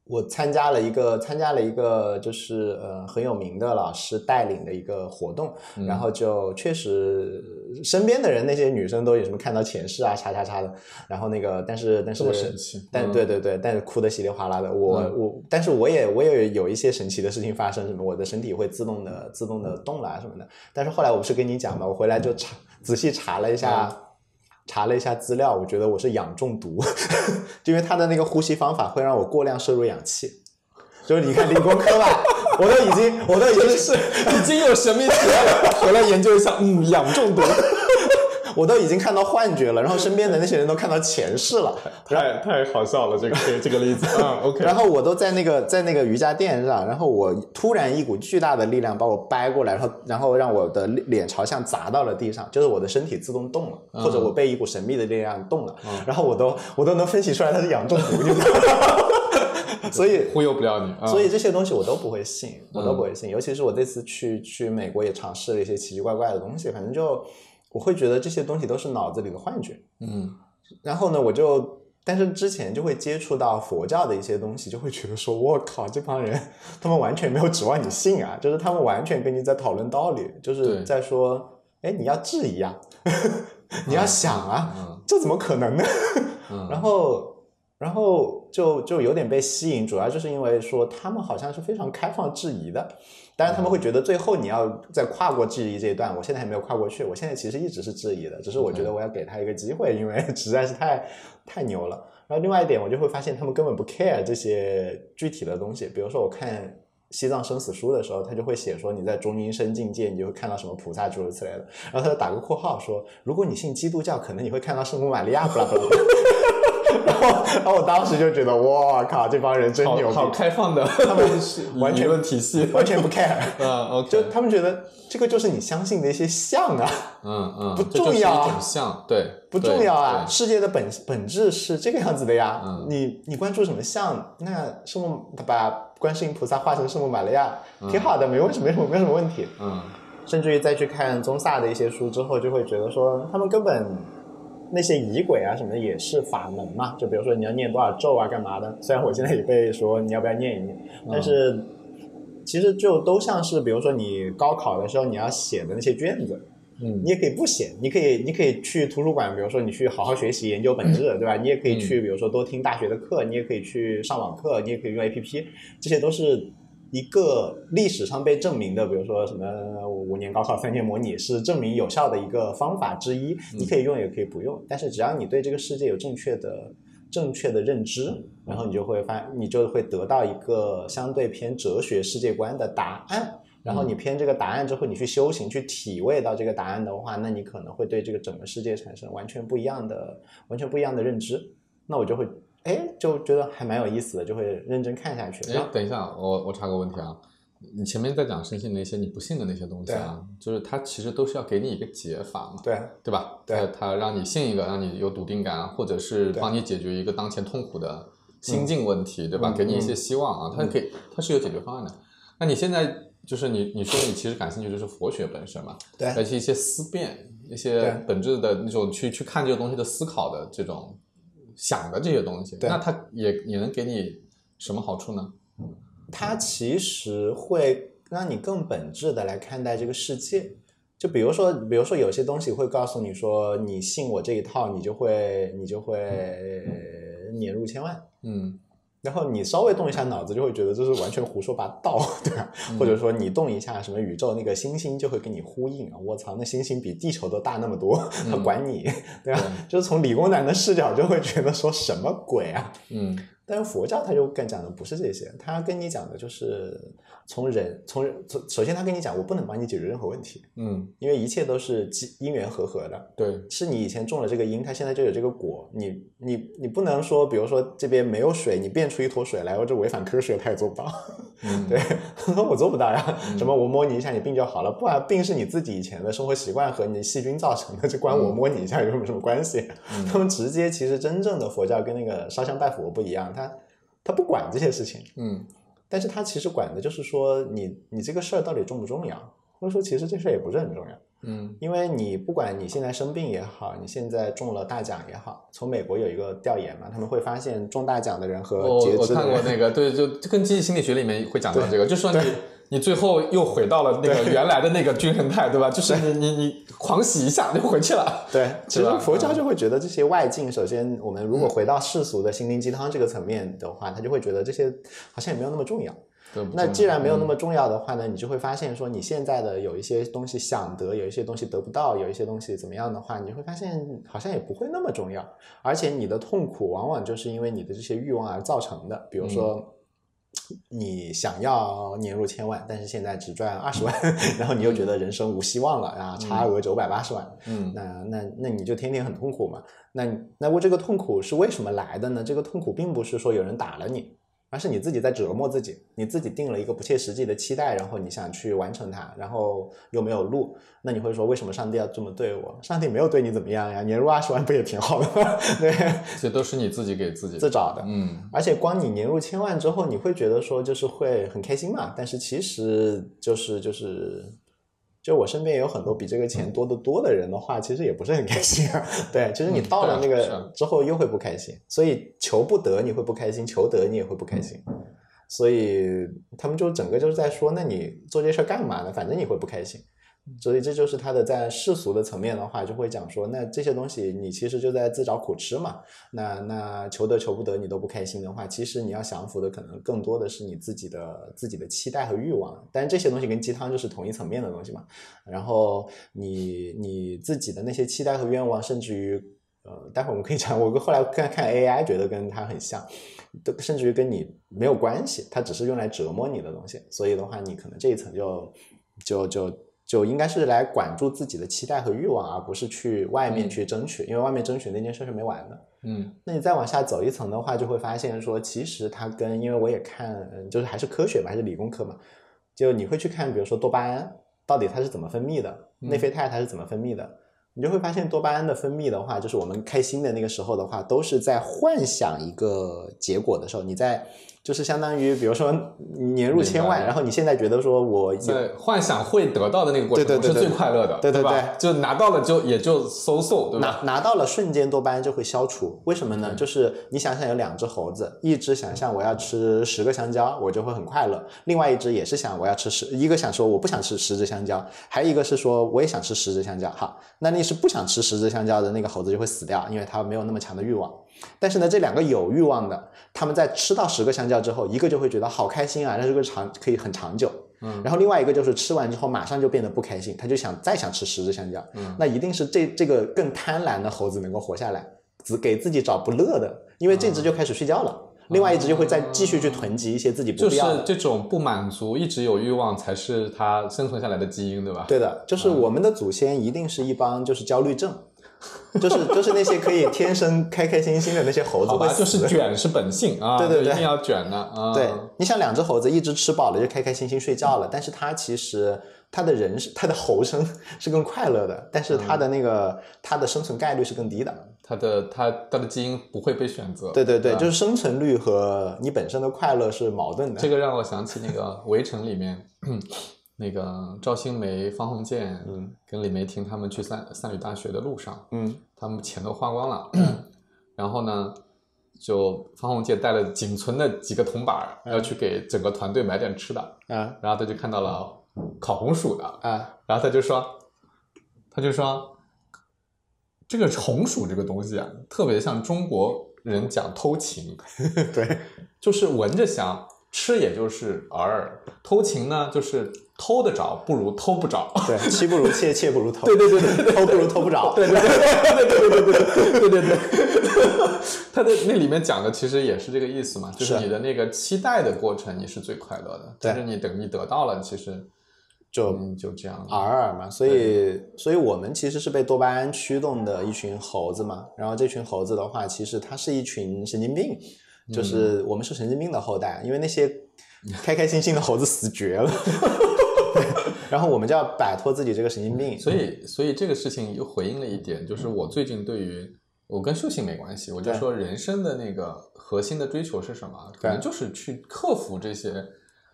我参加了一个就是很有名的老师带领的一个活动，然后就确实身边的人那些女生都有什么看到前世啊叉叉叉的，然后那个但是这么神奇， 对，但是哭得稀里哗啦的，但是我也有一些神奇的事情发生，什么我的身体会自动的动了什么的，但是后来我不是跟你讲嘛，我回来就仔细查了一下资料，我觉得我是氧中毒，就因为他的那个呼吸方法会让我过量摄入氧气，就是你看理工科吧，我都已经是已经有神秘体验了，回来研究一下，氧中毒。 我都已经看到幻觉了，然后身边的那些人都看到前世了， 太好笑了，这个例子。OK。 然后我都在那个瑜伽垫上，然后我突然一股巨大的力量把我掰过来，然后让我的脸朝向砸到了地上，就是我的身体自动动了，或者我被一股神秘的力量动了，然后我都能分析出来它是氧中毒，你知道吗？所以忽悠不了你， 所以这些东西我都不会信，尤其是我这次去美国也尝试了一些奇奇怪怪的东西，反正就我会觉得这些东西都是脑子里的幻觉，然后呢但是之前就会接触到佛教的一些东西，就会觉得说我靠，这帮人他们完全没有指望你信啊，就是他们完全跟你在讨论道理，就是在说你要质疑啊你要想啊，这怎么可能呢然后就有点被吸引，主要就是因为说他们好像是非常开放质疑的，当然他们会觉得最后你要再跨过质疑这一段，我现在还没有跨过去，我现在其实一直是质疑的，只是我觉得我要给他一个机会，因为实在是太牛了。然后另外一点我就会发现他们根本不 care 这些具体的东西，比如说我看西藏生死书的时候，他就会写说你在中阴身境界你就会看到什么菩萨诸如此类的，然后他就打个括号说如果你信基督教可能你会看到圣母玛利亚不啦不啦然后我当时就觉得哇靠，这帮人真牛逼， 好开放的，他们是完全论体系， 完全不 care OK， 就他们觉得这个就是你相信的一些像啊，不重要啊， 这就是一种像，对， 不重要啊，世界的本质是这个样子的呀，你关注什么像？那圣母他把观世音菩萨画成圣母玛利亚，挺好的，没什么问题，甚至于再去看宗萨的一些书之后，就会觉得说他们根本那些仪轨啊什么的也是法门嘛，就比如说你要念多少咒啊干嘛的，虽然我现在也被说你要不要念一念，但是其实就都像是比如说你高考的时候你要写的那些卷子，你也可以不写，你可以去图书馆，比如说你去好好学习研究本质，对吧？你也可以去比如说多听大学的课，你也可以去上网课，你也可以用 APP， 这些都是一个历史上被证明的，比如说什么5年高考3年模拟是证明有效的一个方法之一，你可以用也可以不用，但是只要你对这个世界有正确的认知，然后你就会得到一个相对偏哲学世界观的答案，然后你偏这个答案之后你去修行去体味到这个答案的话，那你可能会对这个整个世界产生完全不一样的认知，那我就会就觉得还蛮有意思的，就会认真看下去。 等一下，我插个问题啊，你前面在讲深信那些你不信的那些东西啊，就是它其实都是要给你一个解法嘛，对吧？ 对， 它让你信一个，让你有笃定感，或者是帮你解决一个当前痛苦的心境问题，对吧？给你一些希望啊，它是有解决方案的。那你现在就是你说你其实感兴趣就是佛学本身嘛， 对， 而且一些思辨、一些本质的那种去看这个东西的思考的这种想的这些东西，那它也能给你什么好处呢？ 它其实会让你更本质的来看待这个世界，就比如说有些东西会告诉你说你信我这一套你就会年入千万，然后你稍微动一下脑子就会觉得这是完全胡说八道，对吧？或者说你动一下什么宇宙那个星星就会跟你呼应啊，我操，那星星比地球都大那么多，他管你，对吧？就是从理工男的视角就会觉得说什么鬼啊，但是佛教他就更讲的不是这些，他跟你讲的就是首先他跟你讲我不能帮你解决任何问题，因为一切都是因缘和合的， 对，是你以前种了这个因，它现在就有这个果，你不能说比如说这边没有水你变出一坨水来，我这违反科学他也做不到，对，我做不到呀，什么我摸你一下你病就好了，不然病是你自己以前的生活习惯和你细菌造成的，这关我摸你一下有什么关系？他们直接其实真正的佛教跟那个烧香拜佛不一样，他不管这些事情，但是他其实管的就是说你这个事儿到底重不重要， 或者说其实这事也不是很重要。 因为你不管你现在生病也好，你现在中了大奖也好，从美国有一个调研嘛，他们会发现中大奖的人和截肢的人， 我看过那个，对，就跟积极心理学里面会讲到这个，就说你最后又回到了那个原来的那个均衡态，对吧？就是你狂喜一下就回去了。 对，其实佛教就会觉得这些外境，首先我们如果回到世俗的心灵鸡汤这个层面的话，他就会觉得这些好像也没有那么重要。那既然没有那么重要的话呢，你就会发现说你现在的有一些东西想得，有一些东西得不到，有一些东西怎么样的话，你会发现好像也不会那么重要，而且你的痛苦往往就是因为你的这些欲望而造成的。比如说你想要年入1000万，但是现在只赚20万，然后你又觉得人生无希望了啊，差额980万，那你就天天很痛苦嘛。那我这个痛苦是为什么来的呢？这个痛苦并不是说有人打了你，而是你自己在折磨自己，你自己定了一个不切实际的期待，然后你想去完成它，然后又没有路，那你会说为什么上帝要这么对我？上帝没有对你怎么样呀，年入20万不也挺好的吗？对， 这都是你自己给自己自找的。而且光你年入1000万之后，你会觉得说就是会很开心嘛，但是其实就我身边也有很多比这个钱多得多的人的话，其实也不是很开心啊。对，其实你到了那个之后又会不开心，所以求不得你会不开心，求得你也会不开心。所以他们就整个就是在说，那你做这事干嘛呢？反正你会不开心。所以这就是他的在世俗的层面的话，就会讲说，那这些东西你其实就在自找苦吃嘛。那求得求不得你都不开心的话，其实你要降服的可能更多的是你自己的期待和欲望。但是这些东西跟鸡汤就是同一层面的东西嘛。然后你自己的那些期待和愿望，甚至于待会儿我们可以讲，我后来看 AI 觉得跟它很像，甚至于跟你没有关系，它只是用来折磨你的东西。所以的话，你可能这一层就应该是来管住自己的期待和欲望，而不是去外面去争取，因为外面争取那件事是没完的。那你再往下走一层的话，就会发现说，其实它跟，因为我也看，就是还是科学嘛，还是理工科嘛，就你会去看，比如说多巴胺到底它是怎么分泌的，内啡肽它是怎么分泌的，你就会发现多巴胺的分泌的话，就是我们开心的那个时候的话，都是在幻想一个结果的时候，你在就是相当于比如说年入1000万，然后你现在觉得说我在幻想会得到的那个过程中是最快乐的，对吧？就拿到了也就so，对吧？ 拿到了瞬间多巴胺就会消除，为什么呢？就是你想想有2只猴子，一只想象我要吃10个香蕉，我就会很快乐，另外一只也是想我要吃一个想说我不想吃10只香蕉，还有一个是说我也想吃10只香蕉。好，那你是不想吃10只香蕉的那个猴子就会死掉，因为它没有那么强的欲望。但是呢，这2个有欲望的，他们在吃到10个香蕉之后，一个就会觉得好开心啊，那这个可以很长久。然后另外一个就是吃完之后马上就变得不开心，他就再想吃10只香蕉。那一定是这个更贪婪的猴子能够活下来，只给自己找不乐的，因为这只就开始睡觉了。另外一只就会再继续去囤积一些自己不必要的， 就是这种不满足，一直有欲望才是它生存下来的基因，对吧？ 对的，就是我们的祖先一定是一帮就是焦虑症。就是那些可以天生开开心心的那些猴子会死， 就是卷是本性啊， 对， 一定要卷的啊。 对，你想2只猴子一只吃饱了就开开心心睡觉了，但是它其实它的猴生是更快乐的，但是它的生存概率是更低的， 它的基因不会被选择。 对，就是生存率和你本身的快乐是矛盾的。 这个让我想起那个《围城》里面。那个赵新梅、方鸿渐跟李梅婷他们去三旅大学的路上，他们钱都花光了，然后呢，就方鸿渐带了仅存的几个铜板要去给整个团队买点吃的，然后他就看到了烤红薯的，然后他就说这个红薯这个东西啊，特别像中国人讲偷情， 对， 就是闻着香，吃也就是偶尔，偷情呢就是偷得着不如偷不着， 对，妻不如妾，妾不如偷， 对， 偷不如偷不着， 对，他的那里面讲的其实也是这个意思嘛，就是你的那个期待的过程你是最快乐的，但是你等你得到了，其实就这样嘛，所以我们其实是被多巴胺驱动的一群猴子嘛，然后这群猴子的话，其实它是一群神经病，就是我们是神经病的后代，因为那些开开心心的猴子死绝了。然后我们就要摆脱自己这个神经病， 所以这个事情又回应了一点，就是我最近对于我跟修行没关系，我就说人生的那个核心的追求是什么？可能就是去克服这些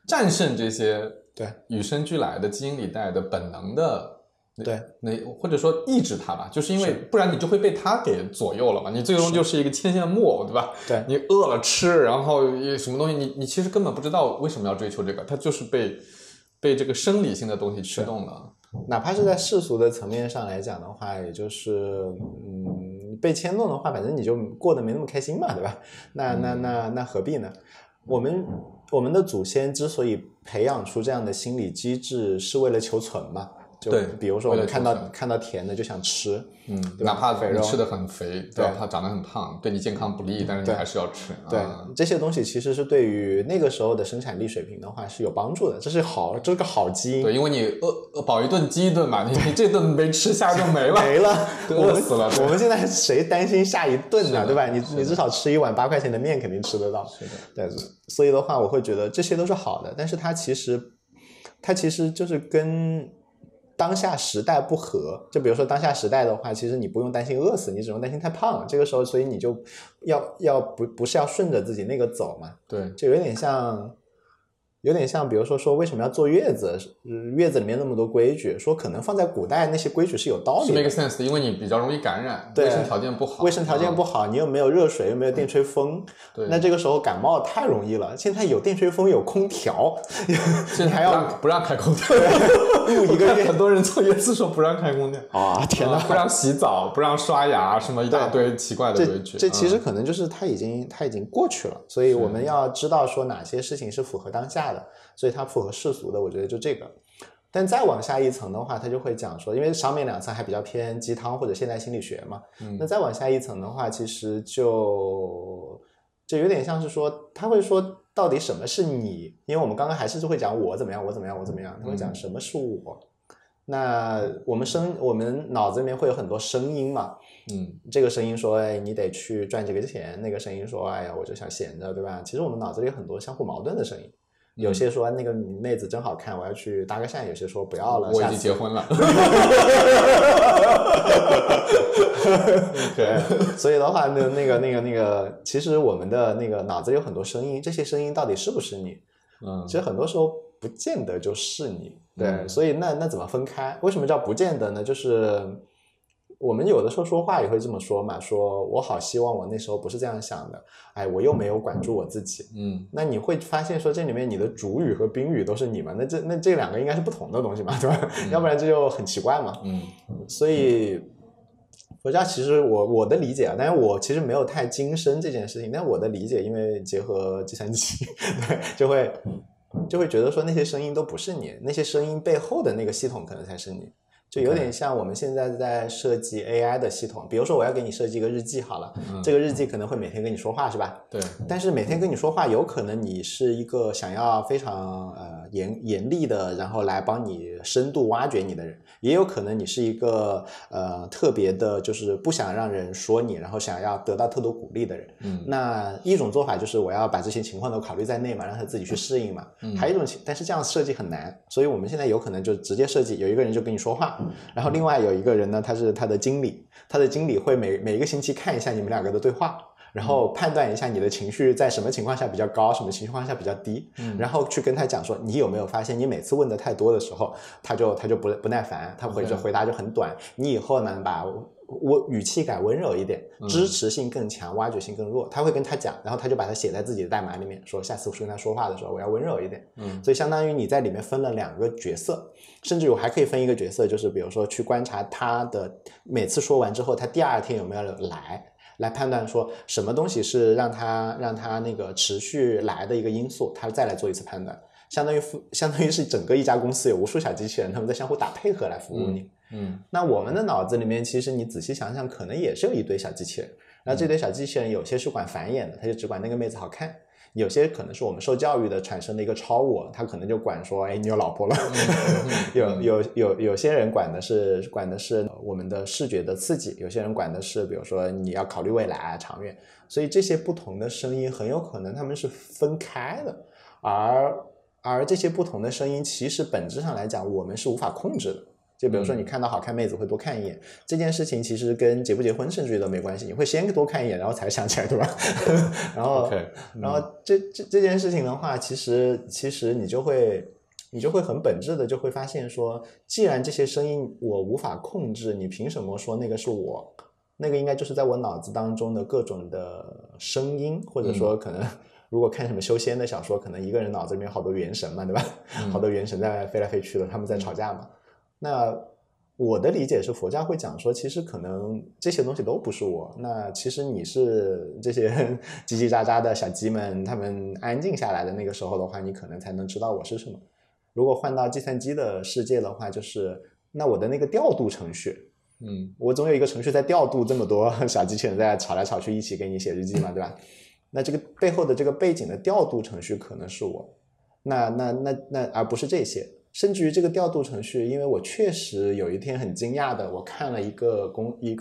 战胜这些对与生俱来的基因里带的本能的。 对， 或者说抑制它吧，就是因为不然你就会被它给左右了嘛，你最终就是一个牵线木偶，对吧？ 对， 你饿了吃，然后什么东西你其实根本不知道为什么要追求这个，它就是被这个生理性的东西驱动了。 哪怕是在世俗的层面上来讲的话，也就是被牵动的话，反正你就过得没那么开心嘛，对吧？那何必呢？我们的祖先之所以培养出这样的心理机制，是为了求存嘛。就比如说我们看到甜的就想吃， 哪怕你吃的很肥，对吧？它长得很胖，对你健康不利，但是你还是要吃。 对，这些东西其实是对于那个时候的生产力水平的话是有帮助的，这是个好基因。 对，因为你饱一顿饥一顿嘛，你这顿没吃，下一顿没了， 没了， 饿死了。 我们现在谁担心下一顿呢？对吧？你至少吃一碗8块钱的面肯定吃得到。 是的， 对，所以的话，我会觉得这些都是好的，但是它其实就是跟当下时代不合。就比如说当下时代的话，其实你不用担心饿死，你只用担心太胖。这个时候，所以你就不是要顺着自己那个走嘛？ 对， 就有点像，比如说为什么要坐月子？月子里面那么多规矩，说可能放在古代那些规矩是有道理的， 是 make sense 的，因为你比较容易感染，卫生条件不好， 你又没有热水，又没有电吹风，那这个时候感冒太容易了。现在有电吹风，有空调， 现在还要不让开空调， 一个月很多人坐月子说不让开空调啊！天哪， 不让洗澡，不让刷牙，什么一大堆奇怪的规矩。 这其实可能就是它已经过去了，所以我们要知道说哪些事情是符合当下的，所以它符合世俗的，我觉得就这个。但再往下一层的话，他就会讲说，因为上面2层还比较偏鸡汤或者现代心理学嘛，那再往下一层的话，其实就有点像是说，他会说到底什么是你？因为我们刚刚还是会讲我怎么样，他会讲什么是我。那我们脑子里面会有很多声音嘛，这个声音说，哎，你得去赚这个钱，那个声音说，哎呀，我就想闲着，对吧？其实我们脑子里有很多相互矛盾的声音。有些说那个妹子真好看，我要去搭个讪；有些说不要了， 我已经结婚了。 对，所以的话，那个，其实我们的那个脑子里有很多声音，这些声音到底是不是你？其实很多时候不见得就是你。对，所以那怎么分开？为什么叫不见得呢？就是我们有的时候说话也会这么说嘛，说我好希望我那时候不是这样想的，哎，我又没有管住我自己。那你会发现说这里面你的主语和宾语都是你嘛，那这2个应该是不同的东西嘛，对吧？要不然这就很奇怪嘛。所以佛教其实我的理解啊，但是我其实没有太精深这件事情，但我的理解，因为结合计算机，对，就会觉得说那些声音都不是你，那些声音背后的那个系统可能才是你。就有点像我们现在在设计 AI 的系统，比如说我要给你设计一个日记好了，这个日记可能会每天跟你说话，是吧？ 对。 但是每天跟你说话，有可能你是一个想要非常严厉的，然后来帮你深度挖掘你的人，也有可能你是一个特别的，就是不想让人说你，然后想要得到特多鼓励的人。那一种做法就是我要把这些情况都考虑在内嘛，让他自己去适应嘛。还有一种，但是这样设计很难，所以我们现在有可能就直接设计，有一个人就跟你说话。然后另外有一个人呢，他是他的经理，他的经理会每一个星期看一下你们2个的对话，然后判断一下你的情绪在什么情况下比较高，什么情况下比较低，然后去跟他讲说，你有没有发现你每次问的太多的时候，他就不耐烦，他回答就很短，你以后呢把语气改温柔一点，支持性更强，挖掘性更弱，他会跟他讲，然后他就把它写在自己的代码里面，说下次跟他说话的时候我要温柔一点。所以相当于你在里面分了2个角色，甚至我还可以分一个角色，就是比如说去观察他的每次说完之后，他第2天有没有来判断说什么东西是让他那个持续来的一个因素，他再来做一次判断。相当于是整个一家公司有无数小机器人，他们在相互打配合来服务你。那我们的脑子里面，其实你仔细想想，可能也是有一堆小机器人。然后这堆小机器人有些是管繁衍的，他就只管那个妹子好看；有些可能是我们受教育的产生的一个超我，他可能就管说，哎，你有老婆了。有些人管的是我们的视觉的刺激，有些人管的是比如说你要考虑未来啊，长远。所以这些不同的声音很有可能他们是分开的，而这些不同的声音其实本质上来讲我们是无法控制的。 就比如说你看到好看妹子会多看一眼，这件事情其实跟结不结婚甚至于都没关系，你会先多看一眼然后才想起来，对吧？然后这件事情的话，其实你就会很本质的就会发现说，既然这些声音我无法控制，你凭什么说那个是我？那个应该就是在我脑子当中的各种的声音，或者说可能如果看什么修仙的小说，可能一个人脑子里面有好多元神嘛，对吧？好多元神在飞来飞去的，他们在吵架嘛。那我的理解是，佛教会讲说，其实可能这些东西都不是我。那其实你是这些叽叽喳喳的小鸡们，他们安静下来的那个时候的话，你可能才能知道我是什么。如果换到计算机的世界的话，就是那我的那个调度程序。我总有一个程序在调度这么多小机器人在吵来吵去，一起给你写日记嘛，对吧？那这个背后的这个背景的调度程序可能是我，那而不是这些。甚至于这个调度程序，因为我确实有一天很惊讶的，我看了一个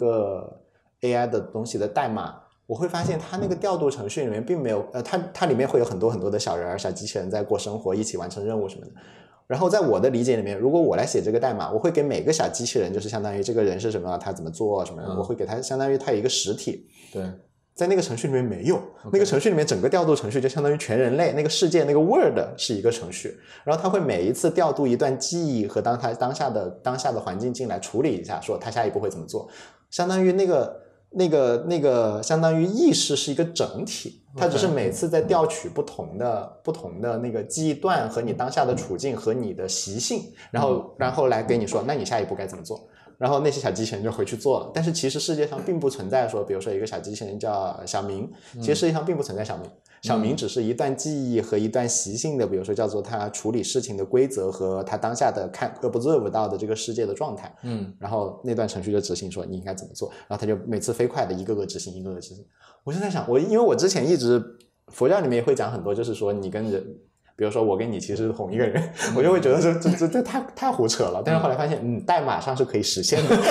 AI 的东西的代码，我会发现它那个调度程序里面并没有它里面会有很多的小人小机器人在过生活，一起完成任务什么的。然后在我的理解里面，如果我来写这个代码，我会给每个小机器人，就是相当于这个人是什么，他怎么做什么，我会给他相当于他有一个实体。 对， 在那个程序里面没有，那个程序里面整个调度程序就相当于全人类那个世界那个 Word 是一个程序，然后他会每一次调度一段记忆和当下的环境进来处理一下，说他下一步会怎么做，相当于那个相当于意识是一个整体，它只是每次在调取不同的那个记忆段和你当下的处境和你的习性，然后来给你说，那你下一步该怎么做。然后那些小机器人就回去做了，但是其实世界上并不存在说，比如说一个小机器人叫小明，其实世界上并不存在小明，小明只是一段记忆和一段习性的，比如说叫做他处理事情的规则和他当下的observe 到的这个世界的状态，然后那段程序就执行说你应该怎么做，然后他就每次飞快的一个个执行。我就在想，因为我之前一直佛教里面也会讲很多，就是说你跟人。比如说我跟你其实是同一个人，我就会觉得这太胡扯了。但是后来发现，代码上是可以实现的。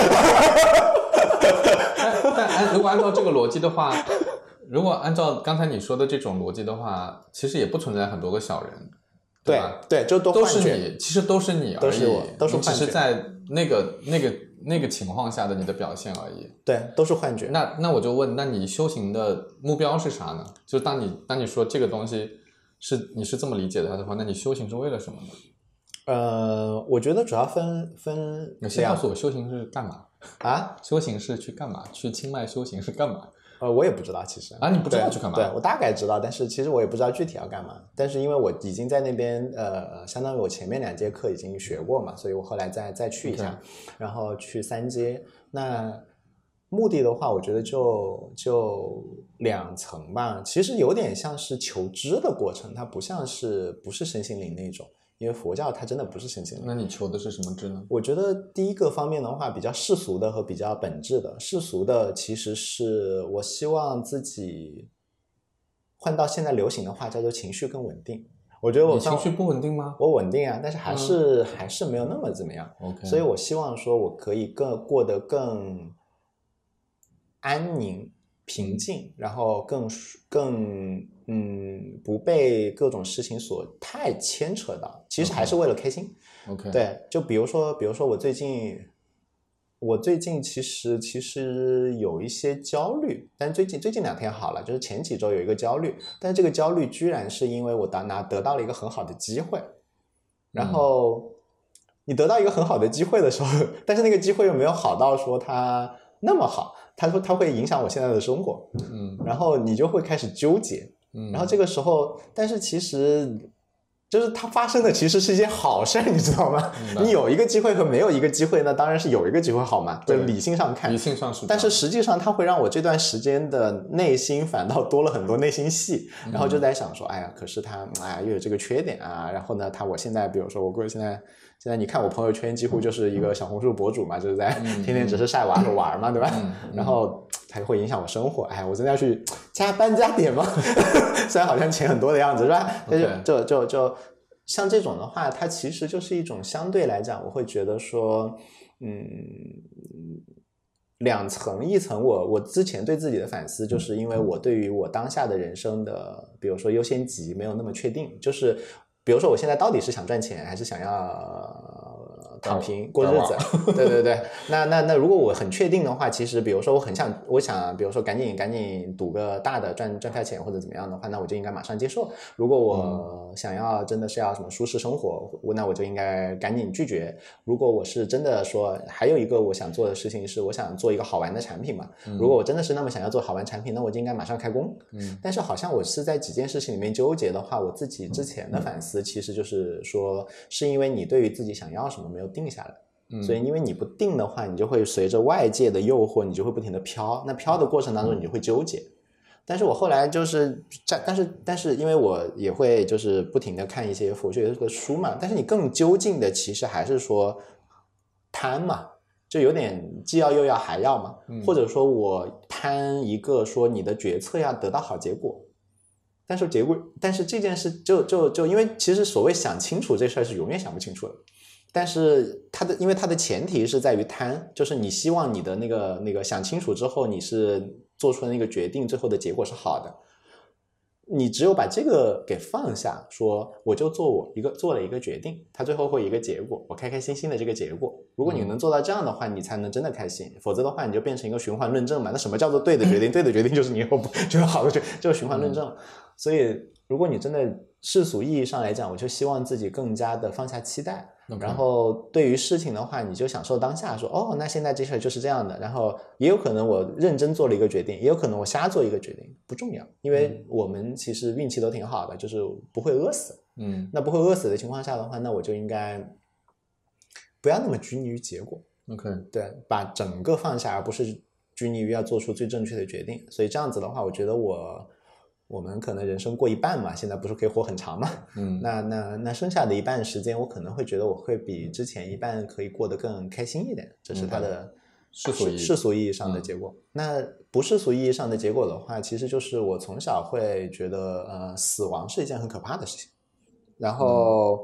但如果按照这个逻辑的话，如果按照刚才你说的这种逻辑的话，其实也不存在很多个小人，对吧？ 对，就都是你，其实都是你而已， 都是我，都是你只是在那个情况下的你的表现而已。 对，都是幻觉。 那我就问，那你修行的目标是啥呢？就是当你说这个东西。你是这么理解的话，那你修行是为了什么呢？我觉得主要分。 你先告诉我修行是干嘛啊？ 修行是去干嘛？去清迈修行是干嘛？ 我也不知道，其实你不知道去干嘛？ 对，我大概知道，但是其实我也不知道具体要干嘛。但是因为我已经在那边相当于我前面2节课已经学过嘛，所以我后来再去一下，然后去3阶。那目的的话，我觉得就2层吧，其实有点像是求知的过程，它不是身心灵那种，因为佛教它真的不是身心灵。 那你求的是什么知呢？ 我觉得第一个方面的话，比较世俗的和比较本质的。世俗的其实是我希望自己换到现在流行的话叫做情绪更稳定。我觉得你情绪不稳定吗？ 我稳定啊，但是还是没有那么怎么样。所以我希望说我可以过得更安宁平静，然后更不被各种事情所太牵扯到，其实还是为了开心。对，就比如说我最近其实有一些焦虑，但最近2天好了，就是前几周有一个焦虑，但这个焦虑居然是因为我得到了一个很好的机会，然后你得到一个很好的机会的时候，但是那个机会又没有好到说它那么好，他说它会影响我现在的生活，然后你就会开始纠结，然后这个时候，但是其实就是它发生的其实是一件好事，你知道吗？你有一个机会和没有一个机会，那当然是有一个机会好嘛，就理性上看， 理性上是， 但是实际上它会让我这段时间的内心反倒多了很多内心戏，然后就在想说，哎呀，可是它又有这个缺点啊，然后呢，我现在比如说我过现在你看我朋友圈几乎就是一个小红书博主嘛，就是在天天只是晒娃和玩嘛，对吧？然后它会影响我生活，哎，我真的要去加班加点吗？虽然好像钱很多的样子，是吧？就像这种的话，它其实就是一种相对来讲，我会觉得说2层，一层我之前对自己的反思，就是因为我对于我当下的人生的，比如说优先级没有那么确定，就是比如说我现在到底是想赚钱，还是想要躺平过日子。对对对，那如果我很确定的话，其实比如说我想比如说赶紧赌个大的赚快钱或者怎么样的话，那我就应该马上接受。如果我想要真的是要什么舒适生活，那我就应该赶紧拒绝。如果我是真的说还有一个我想做的事情是我想做一个好玩的产品嘛，如果我真的是那么想要做好玩产品，那我就应该马上开工。但是好像我是在几件事情里面纠结的话，我自己之前的反思其实就是说，是因为你对于自己想要什么没有定下来，所以因为你不定的话，你就会随着外界的诱惑，你就会不停的飘，那飘的过程当中你就会纠结。但是我后来就是但是因为我也会就是不停的看一些佛学的书嘛，但是你更究竟的其实还是说贪嘛，就有点既要又要还要嘛，或者说我贪一个说你的决策要得到好结果，但是这件事就因为其实所谓想清楚这事儿是永远想不清楚的，但是因为它的前提是在于贪，就是你希望你的那个想清楚之后，你是做出的那个决定，最后的结果是好的。你只有把这个给放下，说我就做了一个决定，它最后会有一个结果，我开开心心的这个结果。如果你能做到这样的话，你才能真的开心，否则的话你就变成一个循环论证嘛。那什么叫做对的决定？对的决定就是你以后就是好的决定，就是循环论证。所以如果你真的世俗意义上来讲，我就希望自己更加的放下期待。然后对于事情的话，你就享受当下，说那现在这事就是这样的，然后也有可能我认真做了一个决定，也有可能我瞎做一个决定，不重要，因为我们其实运气都挺好的，就是不会饿死。那不会饿死的情况下的话，那我就应该不要那么拘泥于结果。对，把整个放下，而不是拘泥于要做出最正确的决定。所以这样子的话，我觉得我们可能人生过一半嘛，现在不是可以活很长嘛，那剩下的一半时间，我可能会觉得我会比之前一半可以过得更开心一点，这是它的世俗意义上的结果。那不世俗意义上的结果的话，其实就是我从小会觉得死亡是一件很可怕的事情，然后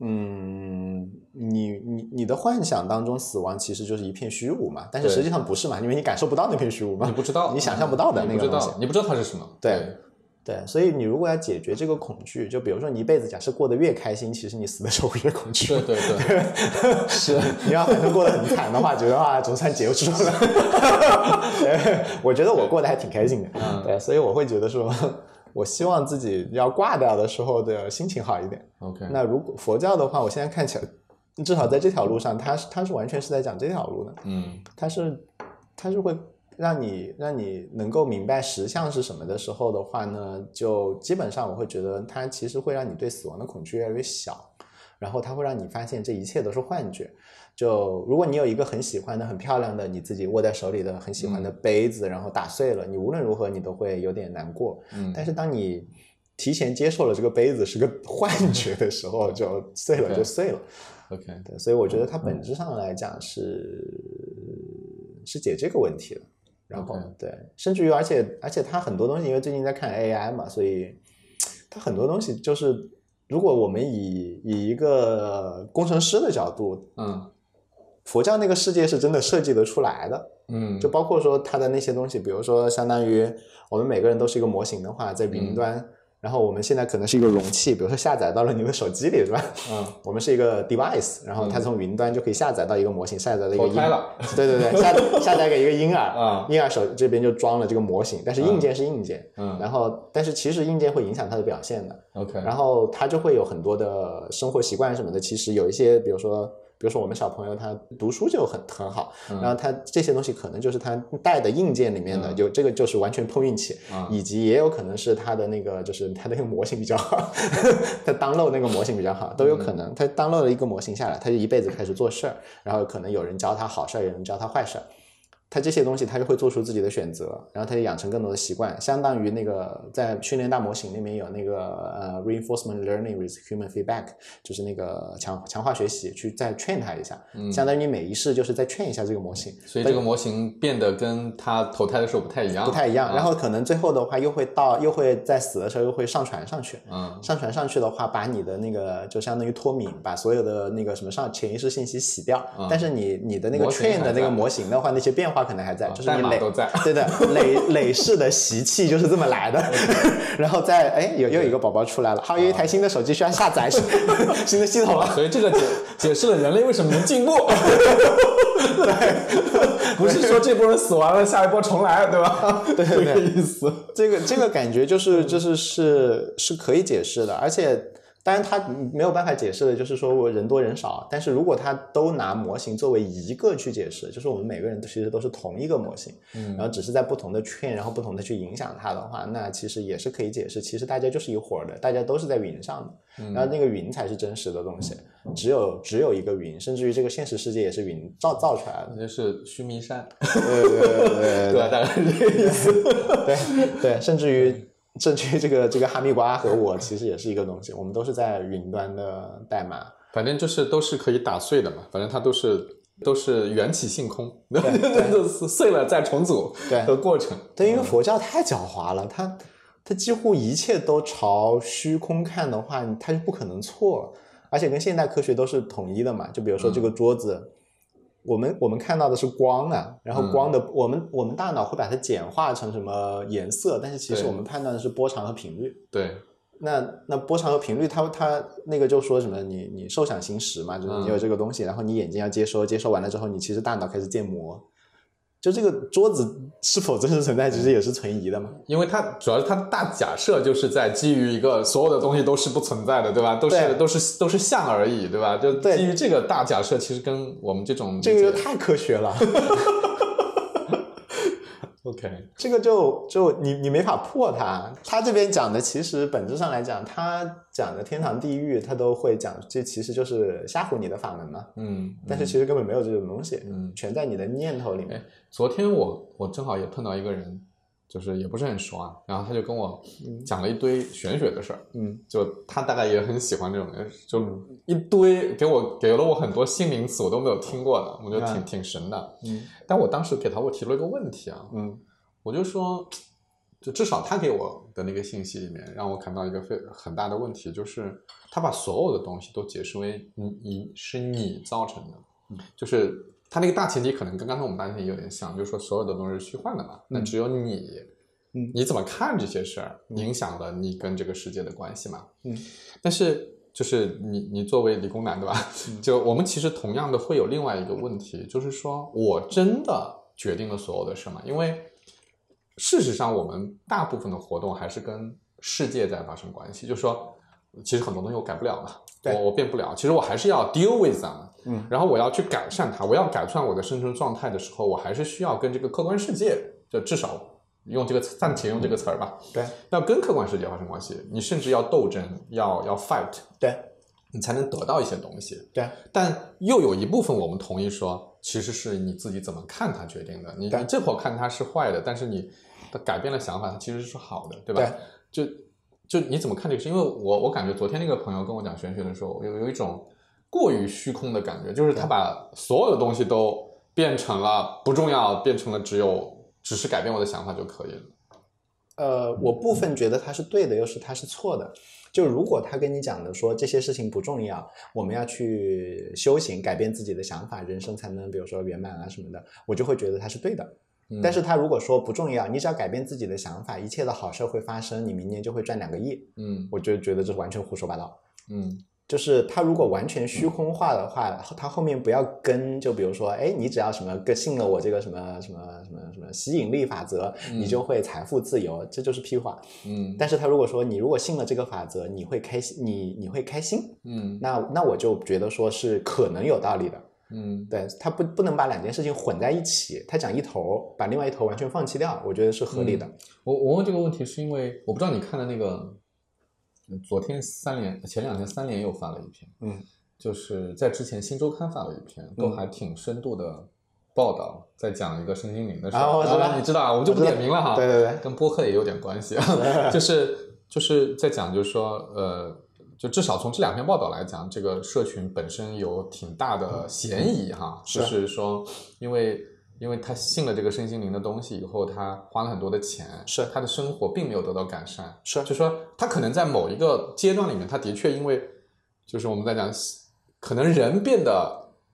你的幻想当中死亡其实就是一片虚无嘛，但是实际上不是嘛，因为你感受不到那片虚无嘛， 你不知道， 你想象不到的那个东西， 你不知道它是什么。 对，所以你如果要解决这个恐惧，就比如说你一辈子假设过得越开心，其实你死的时候会越恐惧。 对是你要反正过得很惨的话，觉得总算结束了。我觉得我过得还挺开心的，对，所以我会觉得说，我希望自己要挂掉的时候的心情好一点。那如果佛教的话，我现在看起来，至少在这条路上，它是完全是在讲这条路的。它是会让你能够明白实相是什么的时候的话呢，就基本上我会觉得它其实会让你对死亡的恐惧越来越小，然后它会让你发现这一切都是幻觉。就如果你有一个很喜欢的很漂亮的你自己握在手里的很喜欢的杯子，然后打碎了，你无论如何你都会有点难过。但是当你提前接受了这个杯子是个幻觉的时候，就碎了就碎了。对，所以我觉得它本质上来讲是解这个问题的。然后对，甚至于而且它很多东西，因为最近在看 AI 嘛，所以它很多东西就是如果我们以一个工程师的角度，佛教那个世界是真的设计得出来的。就包括说它的那些东西，比如说相当于我们每个人都是一个模型的话，在云端，然后我们现在可能是一个容器，比如说下载到了你的手机里，是吧？我们是一个 device， 然后它从云端就可以下载到一个模型，下载到一个婴儿，对，下载给一个婴儿，婴儿手这边就装了这个模型，但是硬件是硬件，然后但是其实硬件会影响它的表现的。然后它就会有很多的生活习惯什么的，其实有一些，比如说我们小朋友他读书就很好，然后他这些东西可能就是他带的硬件里面的，这个就是完全碰运气，以及也有可能是他的那个就是他的那个模型比较好，他download那个模型比较好，都有可能。他download了一个模型下来，他就一辈子开始做事儿，然后可能有人教他好事儿，有人教他坏事儿。他这些东西他就会做出自己的选择，然后他就养成更多的习惯，相当于那个在训练大模型里面有那个reinforcement learning with human feedback， 就是那个强化学习，去再劝他一下，相当于你每一试就是再劝一下这个模型， 所以这个模型变得跟他投胎的时候不太一样， 然后可能最后的话又会在死的时候又会上传上去，上传上去的话把你的那个就相当于脱敏，把所有的那个什么潜意识信息洗掉，但是你的那个 train 的那个模型的话，那些变化化可能还在，就是代你码都在， 对的，累世的习气就是这么来的。然后又有一个宝宝出来了，好，有一台新的手机需要下载新的系统了。 所以这个解释了人类为什么能进步。对，不是说这波人死完了，下一波重来，对吧？ 对， 这个意思。 这个感觉是可以解释的，而且当然他没有办法解释的就是说我人多人少，但是如果他都拿模型作为一个去解释，就是我们每个人其实都是同一个模型，然后只是在不同的圈，然后不同的去影响它的话，那其实也是可以解释，其实大家就是一伙的，大家都是在云上的，然后那个云才是真实的东西，只有一个云，甚至于这个现实世界也是云造出来的， 就是须弥山。 对， 大概是这个意思。 对，甚至于这个哈密瓜和我其实也是一个东西，我们都是在云端的代码， 反正就是都是可以打碎的嘛，反正它都是缘起性空，对碎了再重组的过程。 对，因为佛教太狡猾了，它几乎一切都朝虚空看的话，它是不可能错，而且跟现代科学都是统一的嘛。就比如说这个桌子，我们看到的是光啊，然后光的我们大脑会把它简化成什么颜色，但是其实我们判断的是波长和频率。 对。 那波长和频率，它那个就说什么你受想行识嘛，就是你有这个东西，然后你眼睛要接收完了之后，你其实大脑开始建模。就这个桌子是否真实存在，其实也是存疑的嘛。 因为它主要是它的大假设就是在基于一个所有的东西都是不存在的，对吧？都是像而已，对吧？就基于这个大假设，其实跟我们这种这个就太科学了。 OK， 这个就你没法破它。他这边讲的其实本质上来讲，他讲的天堂地狱，他都会讲，这其实就是吓唬你的法门嘛。但是其实根本没有这种东西，全在你的念头里面。 昨天我正好也碰到一个人，就是也不是很熟啊，然后他就跟我讲了一堆玄学的事儿。就他大概也很喜欢这种人，就一堆给了我很多新名词，我都没有听过的，我觉得挺神的。但我当时我提了一个问题啊，我就说，就至少他给我的那个信息里面，让我看到一个很大的问题，就是他把所有的东西都解释为你造成的，就是他那个大前提可能跟刚才我们大前提有点像，就是说所有的东西是虚幻的嘛，那只有你怎么看这些事儿，影响了你跟这个世界的关系嘛。但是就是你作为理工男，对吧？就我们其实同样的会有另外一个问题，就是说我真的决定了所有的事吗？因为事实上我们大部分的活动还是跟世界在发生关系，就是说其实很多东西我改不了嘛，我变不了，其实我还是要 deal with them。然后我要去改善它，我要改善我的生存状态的时候，我还是需要跟这个客观世界，就至少暂且用这个词儿吧， 对， 要跟客观世界发生关系，你甚至要斗争，要 fight， 对， 你才能得到一些东西， 对。 但又有一部分我们同意说，其实是你自己怎么看它决定的，你这会儿看它是坏的，但是你改变了想法，它其实是好的，对吧？对，就你怎么看这个事？因为我感觉昨天那个朋友跟我讲玄学的时候，有一种过于虚空的感觉，就是他把所有的东西都变成了不重要，变成了只是改变我的想法就可以了。 我部分觉得他是对的，又是他是错的。就如果他跟你讲的说这些事情不重要，我们要去修行，改变自己的想法，人生才能比如说圆满啊什么的，我就会觉得他是对的。但是他如果说不重要，你只要改变自己的想法，一切的好事会发生，你明年就会赚2个亿。我就觉得这是完全胡说八道。就是他如果完全虚空化的话，他后面不要跟，就比如说，哎，你只要什么信了我这个什么吸引力法则，你就会财富自由，这就是屁话。但是他如果说你如果信了这个法则，你会开心，你会开心。那我就觉得说是可能有道理的。对，他不能把2件事情混在一起，他讲一头，把另外一头完全放弃掉，我觉得是合理的。 我问这个问题是因为我不知道你看的那个。昨天前2天3连又发了一篇，就是在之前新周刊发了一篇，都还挺深度的报道，在讲一个身心灵的事。你知道啊，我就不点名了哈。 对， 跟播客也有点关系啊。就是在讲，就是说，就至少从这2篇报道来讲，这个社群本身有挺大的嫌疑哈，就是说，因为他信了这个身心灵的东西以后，他花了很多的钱，他的生活并没有得到改善，就说他可能在某一个阶段里面，他的确因为就是我们在讲，可能人变得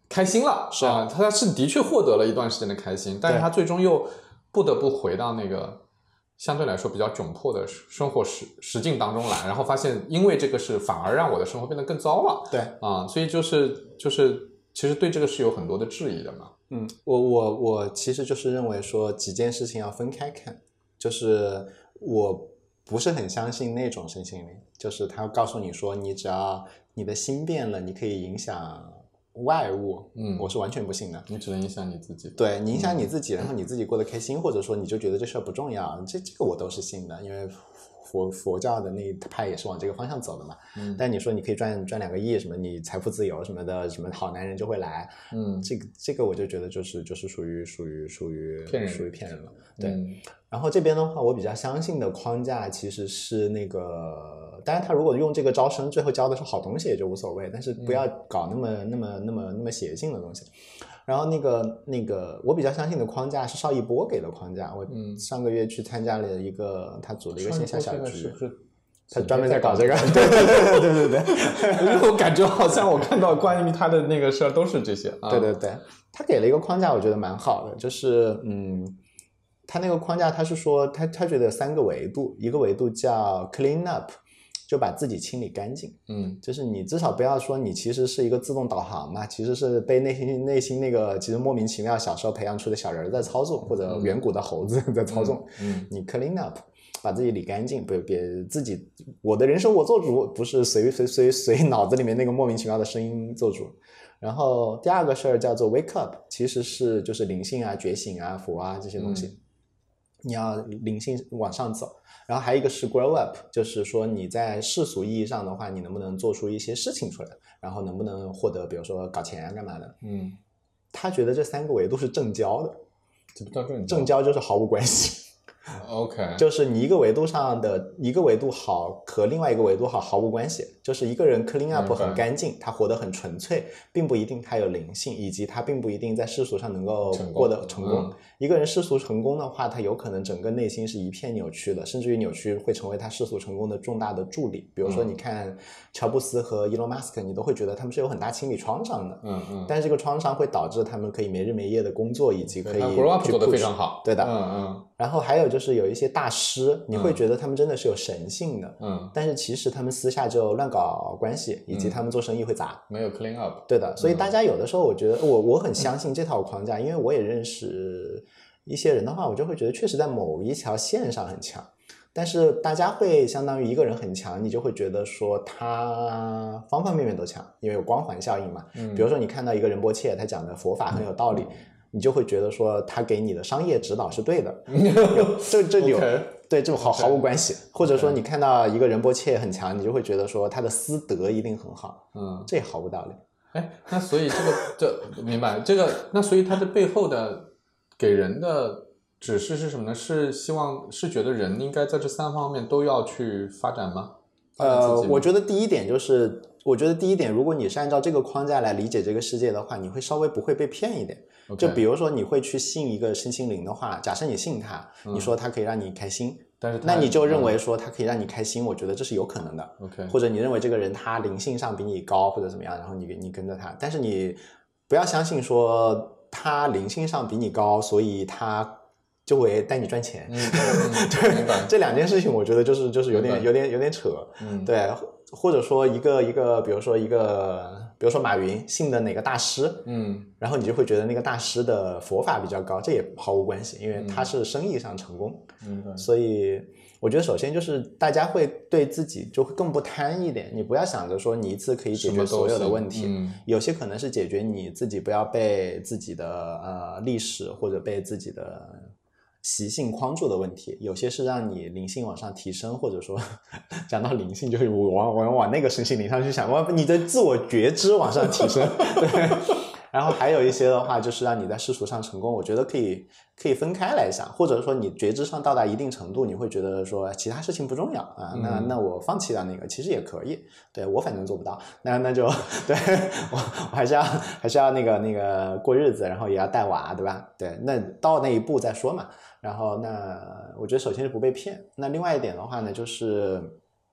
开心了， 是啊， 他是的确获得了一段时间的开心，但是他最终又不得不回到那个相对来说比较窘迫的生活实境当中来，然后发现因为这个事反而让我的生活变得更糟了。 对所以就是其实对这个是有很多的质疑的嘛。 我其实就是认为说几件事情要分开看，就是我不是很相信那种身心灵，就是他告诉你说你只要你的心变了，你可以影响外物，我是完全不信的。 你只能影响你自己。 对，你影响你自己，然后你自己过得开心，或者说你就觉得这事儿不重要，这个我都是信的，因为佛教的那一派也是往这个方向走的嘛。但你说你可以赚2个亿什么，你财富自由什么的，什么好男人就会来，这个我就觉得就是属于骗人了。对，然后这边的话，我比较相信的框架其实是那个，当然他如果用这个招生，最后教的是好东西也就无所谓，但是不要搞那么邪性的东西。然后那个我比较相信的框架是邵一波给的框架。我上个月去参加了一个他组的一个线下小局， 是不是他专门在搞这个？对， 因为我感觉好像我看到关于他的那个事儿都是这些。 对，他给了一个框架，我觉得蛮好的，就是他那个框架他是说他觉得有3个维度，一个维度叫 clean up。就把自己清理干净，就是你至少不要说你其实是一个自动导航嘛，其实是被内心那个其实莫名其妙小时候培养出的小人在操纵，或者远古的猴子在操纵。你 clean up， 把自己理干净，别自己我的人生我做主，不是随脑子里面那个莫名其妙的声音做主。然后第2个事儿叫做 wake up， 其实是就是灵性啊、觉醒啊、佛啊这些东西。你要灵性往上走，然后还有一个是 grow up， 就是说你在世俗意义上的话，你能不能做出一些事情出来，然后能不能获得比如说搞钱啊干嘛的。他觉得这3个维度是正交的。 怎么叫正交？ 正交就是毫无关系。 OK， 就是你一个维度上的一个维度好和另外一个维度好毫无关系，就是一个人 clean up 很干净，他活得很纯粹，并不一定他有灵性，以及他并不一定在世俗上能够过得成功。一个人世俗成功的话，他有可能整个内心是一片扭曲的，甚至于扭曲会成为他世俗成功的重大的助力。比如说你看乔布斯和伊隆马斯克，你都会觉得他们是有很大心理创伤的。但是这个创伤会导致他们可以没日没夜的工作，以及可以去 grow up 做得非常好。 对的。然后还有就是有一些大师，你会觉得他们真的是有神性的，但是其实他们私下就乱搞关系，以及他们做生意会砸， 没有 clean up。 对的，所以大家有的时候我觉得我很相信这套框架，因为我也认识一些人的话，我就会觉得确实在某一条线上很强，但是大家会相当于一个人很强，你就会觉得说他方方面面都强，因为有光环效应嘛。比如说你看到一个仁波切，他讲的佛法很有道理，你就会觉得说他给你的商业指导是对的，这有对这毫无关系。或者说你看到一个仁波切很强，你就会觉得说他的私德一定很好，这也毫无道理。 那所以这明白这个，那所以他这背后的给人的指示是什么呢？是希望是觉得人应该在这3方面都要去发展吗？ 我觉得第一点就是，如果你是按照这个框架来理解这个世界的话，你会稍微不会被骗一点。就比如说你会去信一个身心灵的话，假设你信它，你说它可以让你开心，但是那你就认为说它可以让你开心，我觉得这是有可能的。或者你认为这个人他灵性上比你高或者怎么样，然后你跟着他，但是你不要相信说他灵性上比你高，所以他就会带你赚钱。对，这2件事情我觉得就是有点扯。对，或者说一个比如说马云信的哪个大师，然后你就会觉得那个大师的佛法比较高，这也毫无关系，因为他是生意上成功。所以我觉得首先就是大家会对自己就会更不贪一点，你不要想着说你一次可以解决所有的问题，有些可能是解决你自己不要被自己的历史或者被自己的习性框住的问题，有些是让你灵性往上提升，或者说讲到灵性就是往那个身心灵上去想，你的自我觉知往上提升。对，然后还有一些的话就是让你在世俗上成功，我觉得可以分开来想，或者说你觉知上到达一定程度，你会觉得说其他事情不重要啊，那我放弃掉那个其实也可以。对，我反正做不到，那就对，我还是要那个过日子，然后也要带娃，对吧？对，那到那一步再说嘛。然后那我觉得首先是不被骗，那另外一点的话呢，就是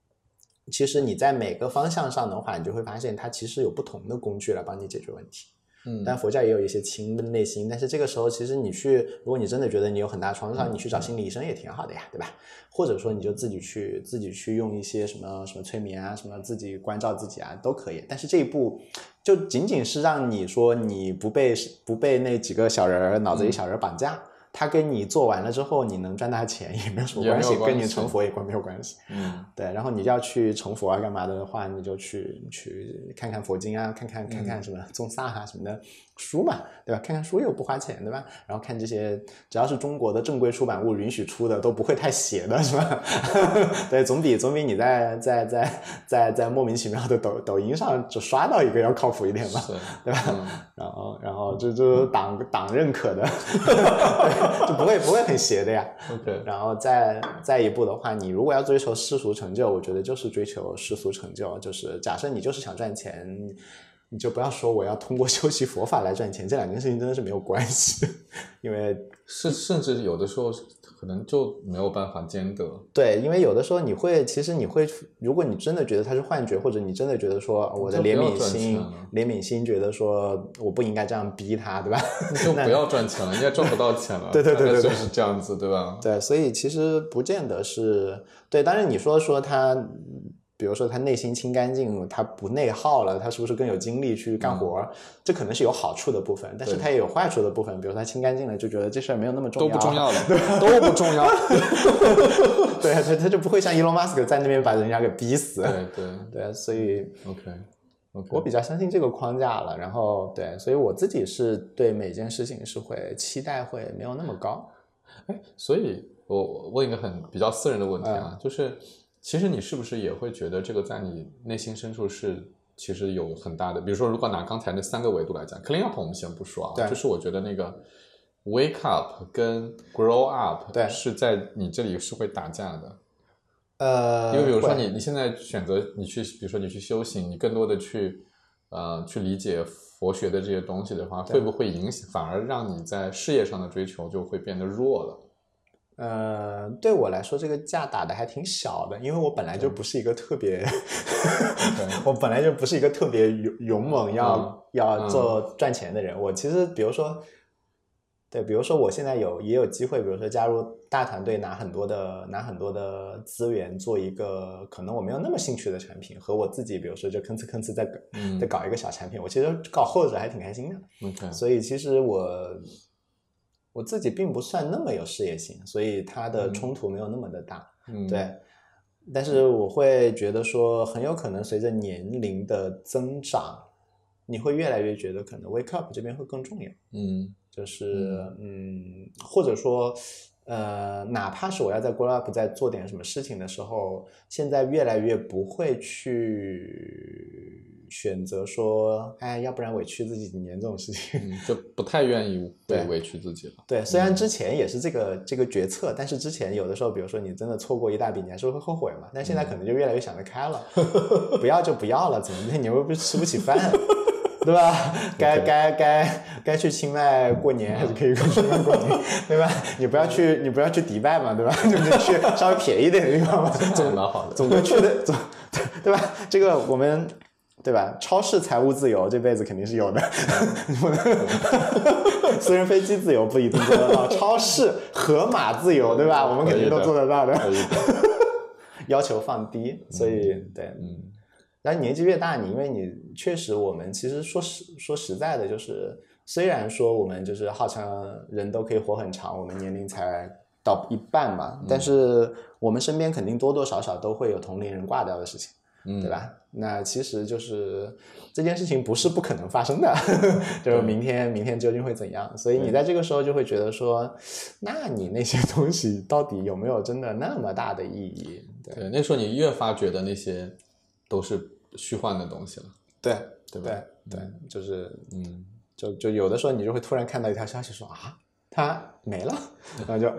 其实你在每个方向上的话，你就会发现它其实有不同的工具来帮你解决问题。 但佛教也有一些轻的内心，但是这个时候其实你去，如果你真的觉得你有很大创伤，你去找心理医生也挺好的呀，对吧？或者说你就自己去用一些什么催眠啊，什么自己关照自己啊，都可以。但是这一步就仅仅是让你说你不被那几个小人脑子里小人绑架。他跟你做完了之后，你能赚大钱也没有什么关系，跟你成佛也没有关系。对。然后你要去成佛啊干嘛的话，你就去看看佛经啊，看看什么宗萨啊什么的书嘛，对吧？看看书又不花钱，对吧？然后看这些只要是中国的正规出版物允许出的都不会太邪的，是吧？对，总比你在莫名其妙的抖音上就刷到一个要靠谱一点嘛，对吧？然后就是党认可的。就不会很邪的呀。 OK， 然后再一步的话，你如果要追求世俗成就，我觉得就是追求世俗成就。就是假设你就是想赚钱，你就不要说我要通过修习佛法来赚钱，这两件事情真的是没有关系，因为甚至有的时候可能就没有办法兼得。 对，因为有的时候其实你会，如果你真的觉得它是幻觉，或者你真的觉得说我的怜悯心觉得说我不应该这样逼他，对吧？ 你就不要赚钱了，你也赚不到钱了。 对， 就是这样子，对吧？ 对，所以其实不见得是对。当然你说他，比如说他内心清干净，他不内耗了，他是不是更有精力去干活？这可能是有好处的部分，但是他也有坏处的部分。比如他清干净了，就觉得这事儿没有那么重要， 都不重要了，都不重要。 对，他就不会像 Elon Musk 在那边把人家给逼死。对，所以 OK， 我比较相信这个框架了。然后对，所以我自己是对每件事情是会期待会没有那么高。 所以我问一个比较私人的问题啊，就是其实你是不是也会觉得这个在你内心深处是其实有很大的，比如说如果拿刚才那3个维度来讲 clean up 我们先不说啊，就是我觉得那个 wake up 跟 grow up 对是在你这里是会打架的。因为比如说你现在选择比如说你去修行，你更多的去理解佛学的这些东西的话，会不会影响反而让你在事业上的追求就会变得弱了？ 对我来说这个架打的还挺小的，因为我本来就不是一个特别我本来就不是一个特别勇猛要做赚钱的人。我其实比如说我现在也有机会，比如说加入大团队，拿很多的资源做一个可能我没有那么兴趣的产品，和我自己比如说就吭哧再搞一个小产品，我其实搞后者还挺开心的。所以其实我自己并不算那么有事业心，所以它的冲突没有那么的大。对，但是我会觉得说很有可能随着年龄的增长，你会越来越觉得可能 wake up 这边会更重要。就是或者说哪怕是我要在 grow up 在做点什么事情的时候，现在越来越不会去选择说要不然委屈自己几年这种事情。 就不太愿意委屈自己了。 对，虽然之前也是这个决策，但是之前有的时候比如说你真的错过一大笔，你还是会后悔嘛。但现在可能就越来越想得开了。不要就不要了，怎么的你又不是吃不起饭对吧？该去清迈过年还是可以去清迈过年，对吧？你不要去迪拜嘛，对吧？你去稍微便宜一点的地方嘛，总归去的对吧？这个我们对吧？超市财务自由这辈子肯定是有的，私人飞机自由不一定做得到，超市盒马自由，对吧？我们肯定都做得到的。要求放低，所以对，然后年纪越大，因为你确实我们其实说实在的，就是虽然说我们就是号称人都可以活很长，我们年龄才到一半嘛，但是我们身边肯定多多少少都会有同龄人挂掉的事情，对吧？那其实就是这件事情不是不可能发生的，就是明天究竟会怎样？所以你在这个时候就会觉得说，那你那些东西到底有没有真的那么大的意义？ 对，那时候你越发觉得那些都是虚幻的东西了。 对吧？ 对，就是就有的时候你就会突然看到一条消息说它没了，然后就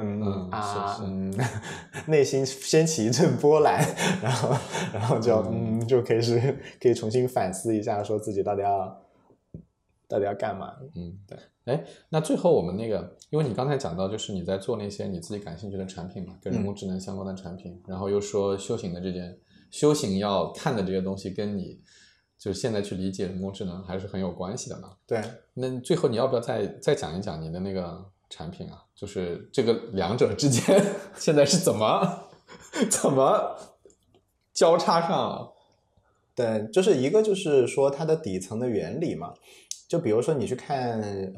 内心掀起一阵波澜，然后就可以重新反思一下，说自己到底要干嘛。 对。那最后我们那个，因为你刚才讲到就是你在做那些你自己感兴趣的产品嘛，跟人工智能相关的产品，然后又说修行要看的这些东西跟你就是现在去理解人工智能还是很有关系的呢。 对， 那最后你要不要再讲一讲你的那个产品啊？就是这个两者之间现在是怎么交叉上了？ 对，就是一个就是说它的底层的原理嘛，就比如说你去看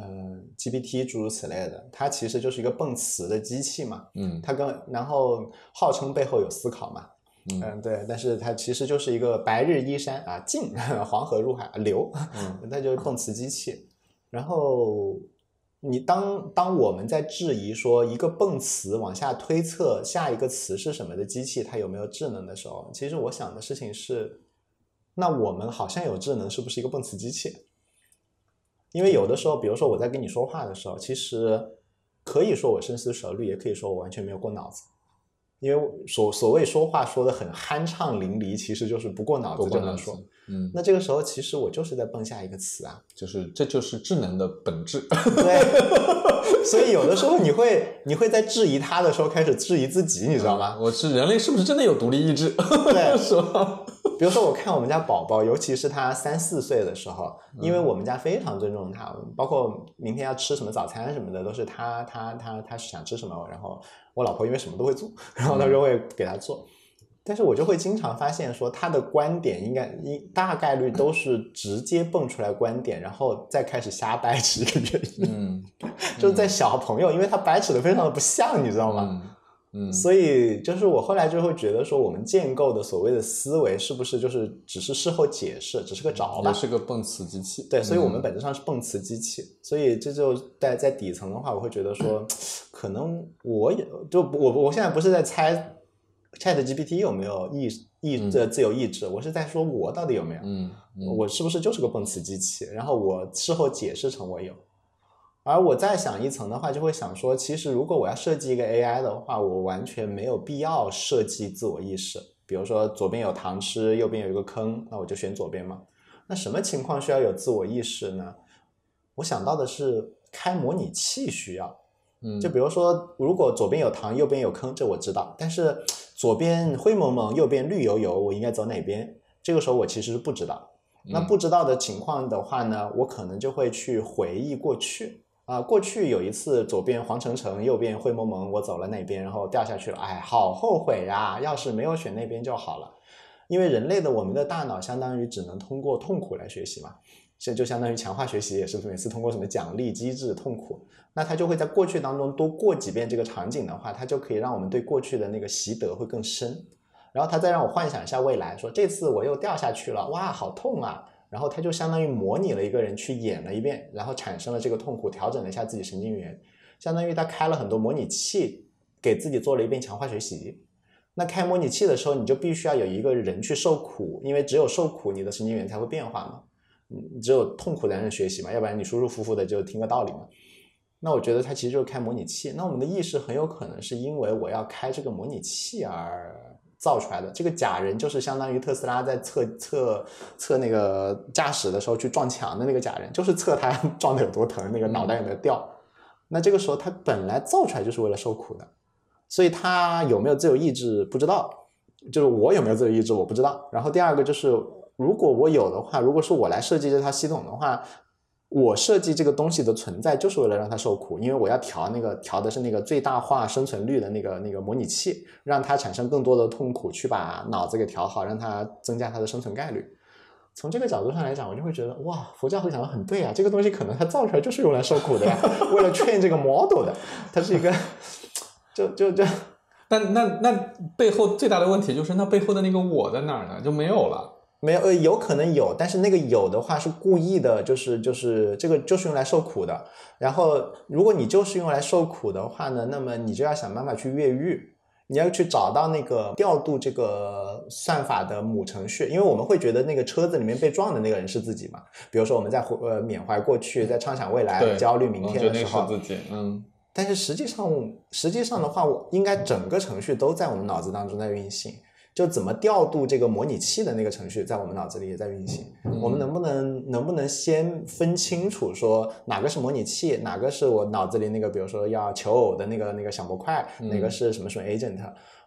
GPT 诸如此类的，它其实就是一个蹦词的机器嘛，它然后号称背后有思考嘛。对，但是它其实就是一个白日依山啊，静黄河入海流，它就是蹦词机器。然后你当我们在质疑说一个蹦词往下推测下一个词是什么的机器它有没有智能的时候，其实我想的事情是，那我们好像有智能是不是一个蹦词机器？因为有的时候，比如说我在跟你说话的时候，其实可以说我深思熟虑，也可以说我完全没有过脑子。因为所谓说话说的很酣畅淋漓，其实就是不过脑子就能说。那这个时候其实我就是在蹦下一个词啊， 这就是智能的本质。 对，所以有的时候你会在质疑它的时候开始质疑自己，你知道吗？ 人类是不是真的有独立意志？ 对， 是吧？ 比如说我看我们家宝宝，尤其是他3、4岁的时候，因为我们家非常尊重他，包括明天要吃什么早餐什么的，都是他想吃什么，然后我老婆因为什么都会做，然后他就会给他做。但是我就会经常发现说他的观点大概率都是直接蹦出来观点，然后再开始瞎掰扯一个原因。就是在小朋友，因为他掰扯的非常的不像，你知道吗？所以就是我后来就会觉得说，我们建构的所谓的思维是不是就是只是事后解释，只是个找吧， 也是个蹦词机器。 对，所以我们本质上是蹦词机器。所以这就在底层的话，我会觉得说，可能我现在不是在猜 ChatGPT 有没有自由意志，我是在说我到底有没有，我是不是就是个蹦词机器，然后我事后解释成我有。而我再想一层的话，就会想说，其实如果我要设计一个 AI 的话，我完全没有必要设计自我意识。比如说左边有糖吃，右边有一个坑，那我就选左边嘛。那什么情况需要有自我意识呢？我想到的是开模拟器需要。就比如说，如果左边有糖，右边有坑，这我知道。但是左边灰蒙蒙，右边绿油油，我应该走哪边？这个时候我其实是不知道。那不知道的情况的话呢，我可能就会去回忆过去。过去有一次左边黄澄澄，右边灰蒙蒙，我走了那边，然后掉下去了，哎，好后悔呀！要是没有选那边就好了。因为人类的我们的大脑相当于只能通过痛苦来学习嘛，这就相当于强化学习，也是每次通过什么奖励机制痛苦，那它就会在过去当中多过几遍这个场景的话，它就可以让我们对过去的那个习得会更深。然后它再让我幻想一下未来，说这次我又掉下去了，哇，好痛啊！然后它就相当于模拟了一个人去演了一遍，然后产生了这个痛苦，调整了一下自己神经元，相当于他开了很多模拟器，给自己做了一遍强化学习。那开模拟器的时候，你就必须要有一个人去受苦，因为只有受苦，你的神经元才会变化嘛。只有痛苦才能学习嘛，要不然你舒舒服服的就听个道理嘛。那我觉得它其实就是开模拟器。那我们的意识很有可能是因为我要开这个模拟器而造出来的。这个假人就是相当于特斯拉在测那个驾驶的时候去撞墙的那个假人，就是测他撞得有多疼，那个脑袋有没有掉。那这个时候他本来造出来就是为了受苦的，所以他有没有自由意志不知道，就是我有没有自由意志我不知道。然后第二个就是如果我有的话，如果是我来设计这套系统的话，我设计这个东西的存在就是为了让它受苦，因为我要调的是那个最大化生存率的那个模拟器，让它产生更多的痛苦，去把脑子给调好，让它增加它的生存概率。从这个角度上来讲，我就会觉得哇，佛教会讲的很对啊，这个东西可能它造出来就是用来受苦的呀，为了 train 这个 model 的，它是一个就那背后最大的问题就是那背后的那个我在哪儿呢？就没有了。 没有，有可能有，但是那个有的话是故意的，就是这个就是用来受苦的。然后如果你就是用来受苦的话呢，那么你就要想办法去越狱，你要去找到那个调度这个算法的母程序，因为我们会觉得那个车子里面被撞的那个人是自己嘛。比如说我们在缅怀过去，在畅想未来，焦虑明天的时候， 是自己， 但是实际上的话，应该整个程序都在我们脑子当中在运行。就怎么调度这个模拟器的那个程序在我们脑子里也在运行。我们能不能先分清楚说哪个是模拟器，哪个是我脑子里那个比如说要求偶的那个小模块，哪个是什么 agent。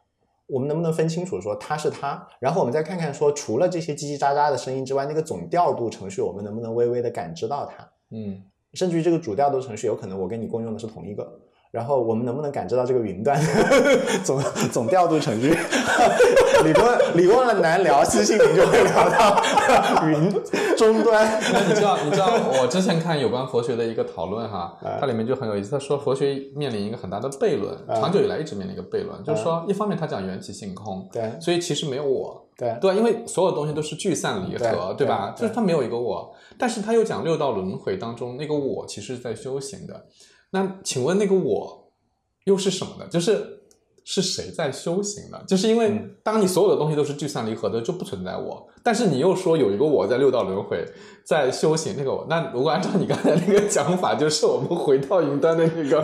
我们能不能分清楚说它是它，然后我们再看看说除了这些叽叽喳喳的声音之外，那个总调度程序我们能不能微微的感知到它，甚至于这个主调度程序有可能我跟你共用的是同一个，然后我们能不能感知到这个云端总调度程序理工的难聊，细心灵就会聊到云终端。 那你知道我之前看有关佛学的一个讨论哈，它里面就很有意思，他说佛学面临一个很大的悖论，长久以来一直面临一个悖论，就是说一方面他讲缘起性空， 对， 所以其实没有我， 对， 因为所有东西都是聚散离合，对吧？就是它没有一个我，但是他又讲六道轮回当中那个我其实是在修行的。那请问那个我又是什么呢？是谁在修行呢？就是因为当你所有的东西都是聚散离合的，就不存在我，但是你又说有一个我在六道轮回在修行那个我，那如果按照你刚才那个讲法，就是我们回到云端的那个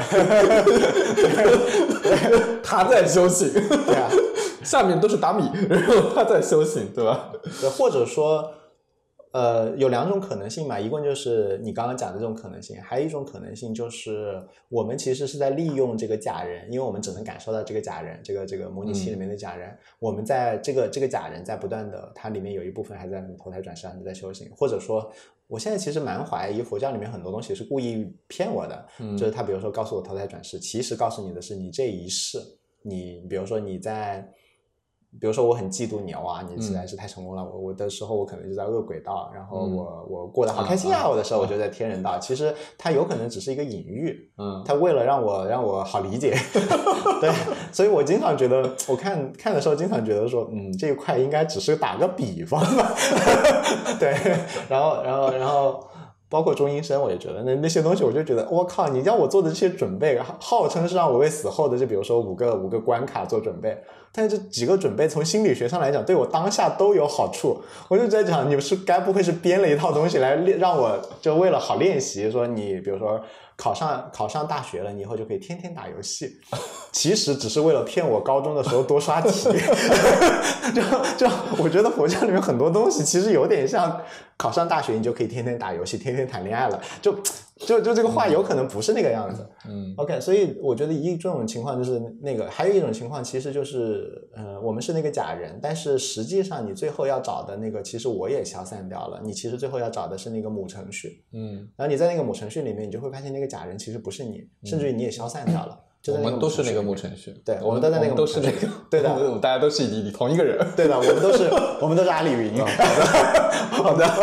他在修行， 对啊， 下面都是达米，然后他在修行，对吧？ 或者说有两种可能性嘛，一共就是你刚刚讲的这种可能性，还有一种可能性就是我们其实是在利用这个假人，因为我们只能感受到这个假人，这个模拟器里面的假人，我们在这个假人在不断的，它里面有一部分还在投胎转世，还在修行，或者说我现在其实蛮怀疑佛教里面很多东西是故意骗我的，就是他比如说告诉我投胎转世，其实告诉你的是你这一世，你比如说比如说我很嫉妒你哇，你实在是太成功了，我的时候我可能就在恶鬼道，然后我过得好开心啊，我的时候我就在天人道，其实它有可能只是一个隐喻，它为了让我好理解，对，所以我经常觉得我看的时候经常觉得说这一块应该只是打个比方吧，对，然后包括中阴身，我也觉得那些东西，我就觉得我靠，你让我做的这些准备，号称是让我为死后的，就比如说五个关卡做准备，但是这几个准备从心理学上来讲，对我当下都有好处。我就在讲，你们是该不会是编了一套东西来让我就为了好练习，说你比如说考上大学了，你以后就可以天天打游戏，其实只是为了骗我高中的时候多刷题。就我觉得佛教里面很多东西其实有点像考上大学你就可以天天打游戏天天谈恋爱了，就这个话有可能不是那个样子。OK， 所以我觉得这种情况就是那个，还有一种情况其实就是我们是那个假人，但是实际上你最后要找的那个其实我也消散掉了，你其实最后要找的是那个母程序。然后你在那个母程序里面，你就会发现那个假人其实不是你，甚至于你也消散掉了。 我们都是那个母程序， 对，我们都在那个都是那个， 对的， 大家都是你同一个人， 对的，我们都是阿里云，好的，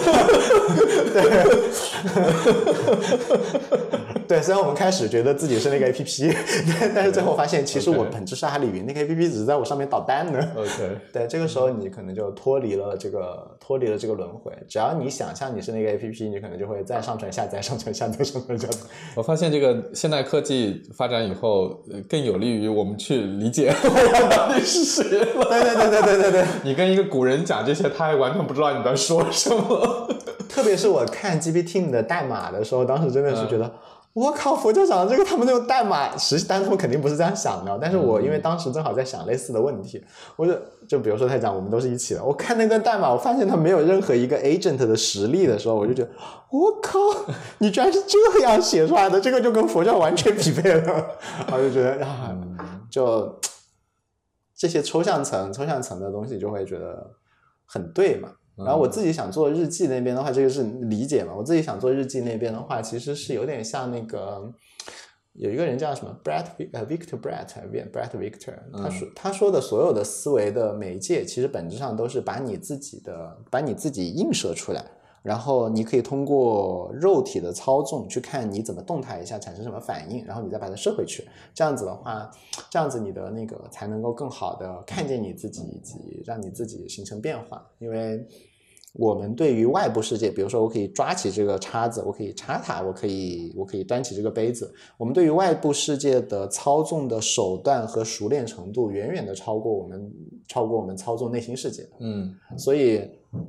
对，虽然我们开始觉得自己是那个 APP， 但是最后发现其实我本质是阿里云，那个 APP 只是在我上面导弹呢。 OK， 对，这个时候你可能就脱离了这个轮回。只要你想象你是那个 APP， 你可能就会再上传下载，上传下载，上传下载。 我发现这个现代科技发展以后，更有利于我们去理解我到底是谁了。 对， 你跟一个古人讲这些，他还完全不知道你在说什么。 特别是我看 GPT 的代码的时候，当时真的是觉得。我靠，佛教讲的这个他们那种代码，但他们肯定不是这样想的。但是我因为当时正好在想类似的问题，我就比如说他讲我们都是一起的，我看那个代码，我发现他没有任何一个 agent 的实例的时候，我就觉得我靠，你居然是这样写出来的，这个就跟佛教完全匹配了。我就觉得就这些抽象层的东西就会觉得很对嘛。然后我自己想做日记那边的话，这个是理解嘛？我自己想做日记那边的话，其实是有点像那个有一个人叫什么 Victor Brett， 他说的所有的思维的媒介，其实本质上都是把你自己映射出来，然后你可以通过肉体的操纵去看你怎么动它一下产生什么反应，然后你再把它射回去。这样子的话，这样子你的那个才能够更好的看见你自己，以及让你自己形成变化。因为我们对于外部世界，比如说我可以抓起这个叉子，我可以插它，我可以端起这个杯子，我们对于外部世界的操纵的手段和熟练程度远远的超过我们操纵内心世界。所以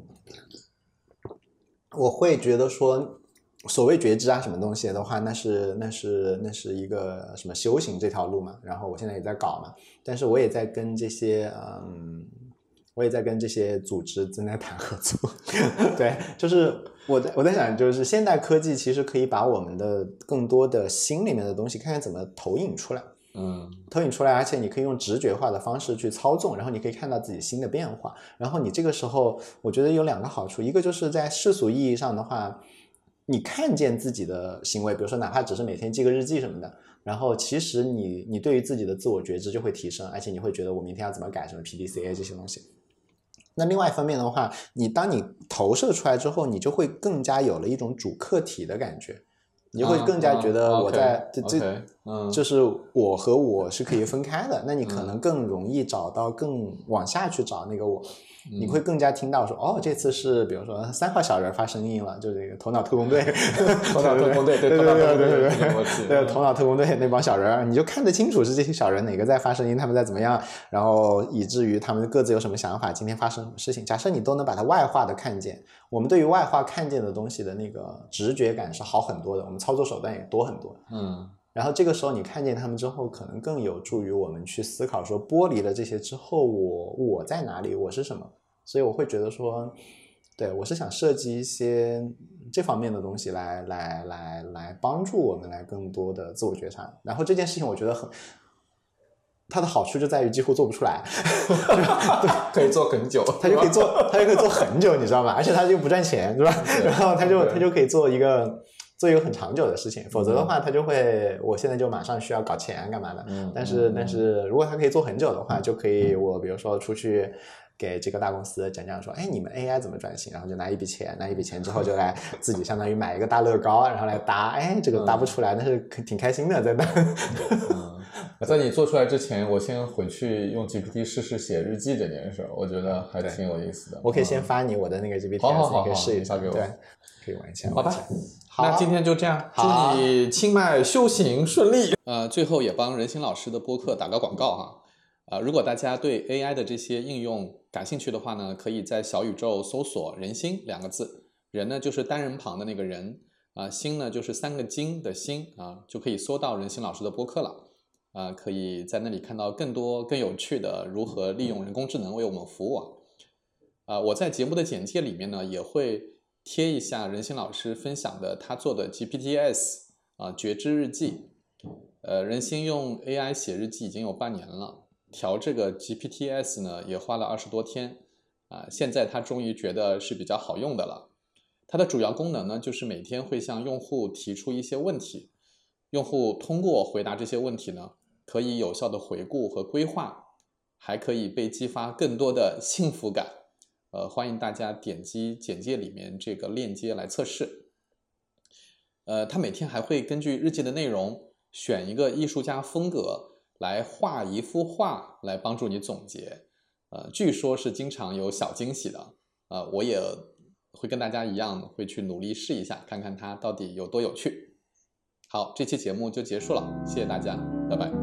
我会觉得说所谓觉知啊什么东西的话，那是一个什么修行这条路嘛，然后我现在也在搞嘛，但是我也在跟这些组织正在谈合作。对，就是我在想，就是现代科技其实可以把我们的更多的心里面的东西看看怎么投影出来。 投影出来，而且你可以用直觉化的方式去操纵，然后你可以看到自己新的变化。然后你这个时候我觉得有2个好处，一个就是在世俗意义上的话，你看见自己的行为，比如说哪怕只是每天记个日记什么的，然后其实你对于自己的自我觉知就会提升，而且你会觉得我明天要怎么改什么 PDCA 这些东西。那另外一方面的话，当你投射出来之后，你就会更加有了一种主客体的感觉，你就会更加觉得我在就是我和我是可以分开的，那你可能更容易找到更往下去找那个我，你会更加听到说这次是比如说3号小人发声音了，就这个头脑特工队头脑特工队对头脑特工队那帮小人，你就看得清楚是这些小人哪个在发声音，他们在怎么样，然后以至于他们各自有什么想法，今天发生什么事情。假设你都能把它外化的看见，我们对于外化看见的东西的那个直觉感是好很多的，我们操作手段也多很多。然后这个时候你看见他们之后，可能更有助于我们去思考说，剥离了这些之后，我在哪里，我是什么。所以我会觉得说，对，我是想设计一些这方面的东西来帮助我们来更多的自我觉察。然后这件事情我觉得它的好处就在于几乎做不出来可以做很久， 它就可以做很久，你知道吗？而且它就不赚钱，对吧？然后它就可以做一个很长久的事情，否则的话它就会我现在就马上需要搞钱干嘛的。但是如果它可以做很久的话，就可以我比如说出去给这个大公司讲说，你们 AI 怎么转型，然后就拿一笔钱之后就来自己相当于买一个大乐高，然后来搭，这个搭不出来，但是挺开心的在那。 在你做出来之前，我先回去用 GPT 试试写日记这件事，我觉得还挺有意思的。 我可以先发你我的那个 GPT， 好， 你可以试一下， 给我， 对，可以玩一下。 好吧，那今天就这样，祝你清迈修行顺利。最后也帮任兴老师的播客打个广告哈。如果大家对 AI 的这些应用感兴趣的话呢，可以在小宇宙搜索任兴2个字，人呢就是单人旁的那个人，兴呢就是3个金的兴就可以搜到任兴老师的播客了。可以在那里看到更多更有趣的如何利用人工智能为我们服务我在节目的简介里面呢也会贴一下任兴老师分享的他做的 GPTs 觉知日记。任兴用 AI 写日记已经有半年了，调这个 GPTs 呢也花了20多天现在他终于觉得是比较好用的了。它的主要功能呢就是每天会向用户提出一些问题，用户通过回答这些问题呢可以有效的回顾和规划，还可以被激发更多的幸福感。欢迎大家点击简介里面这个链接来测试。他每天还会根据日记的内容选一个艺术家风格来画一幅画来帮助你总结。据说是经常有小惊喜的。我也会跟大家一样会去努力试一下，看看它到底有多有趣。好，这期节目就结束了，谢谢大家，拜拜。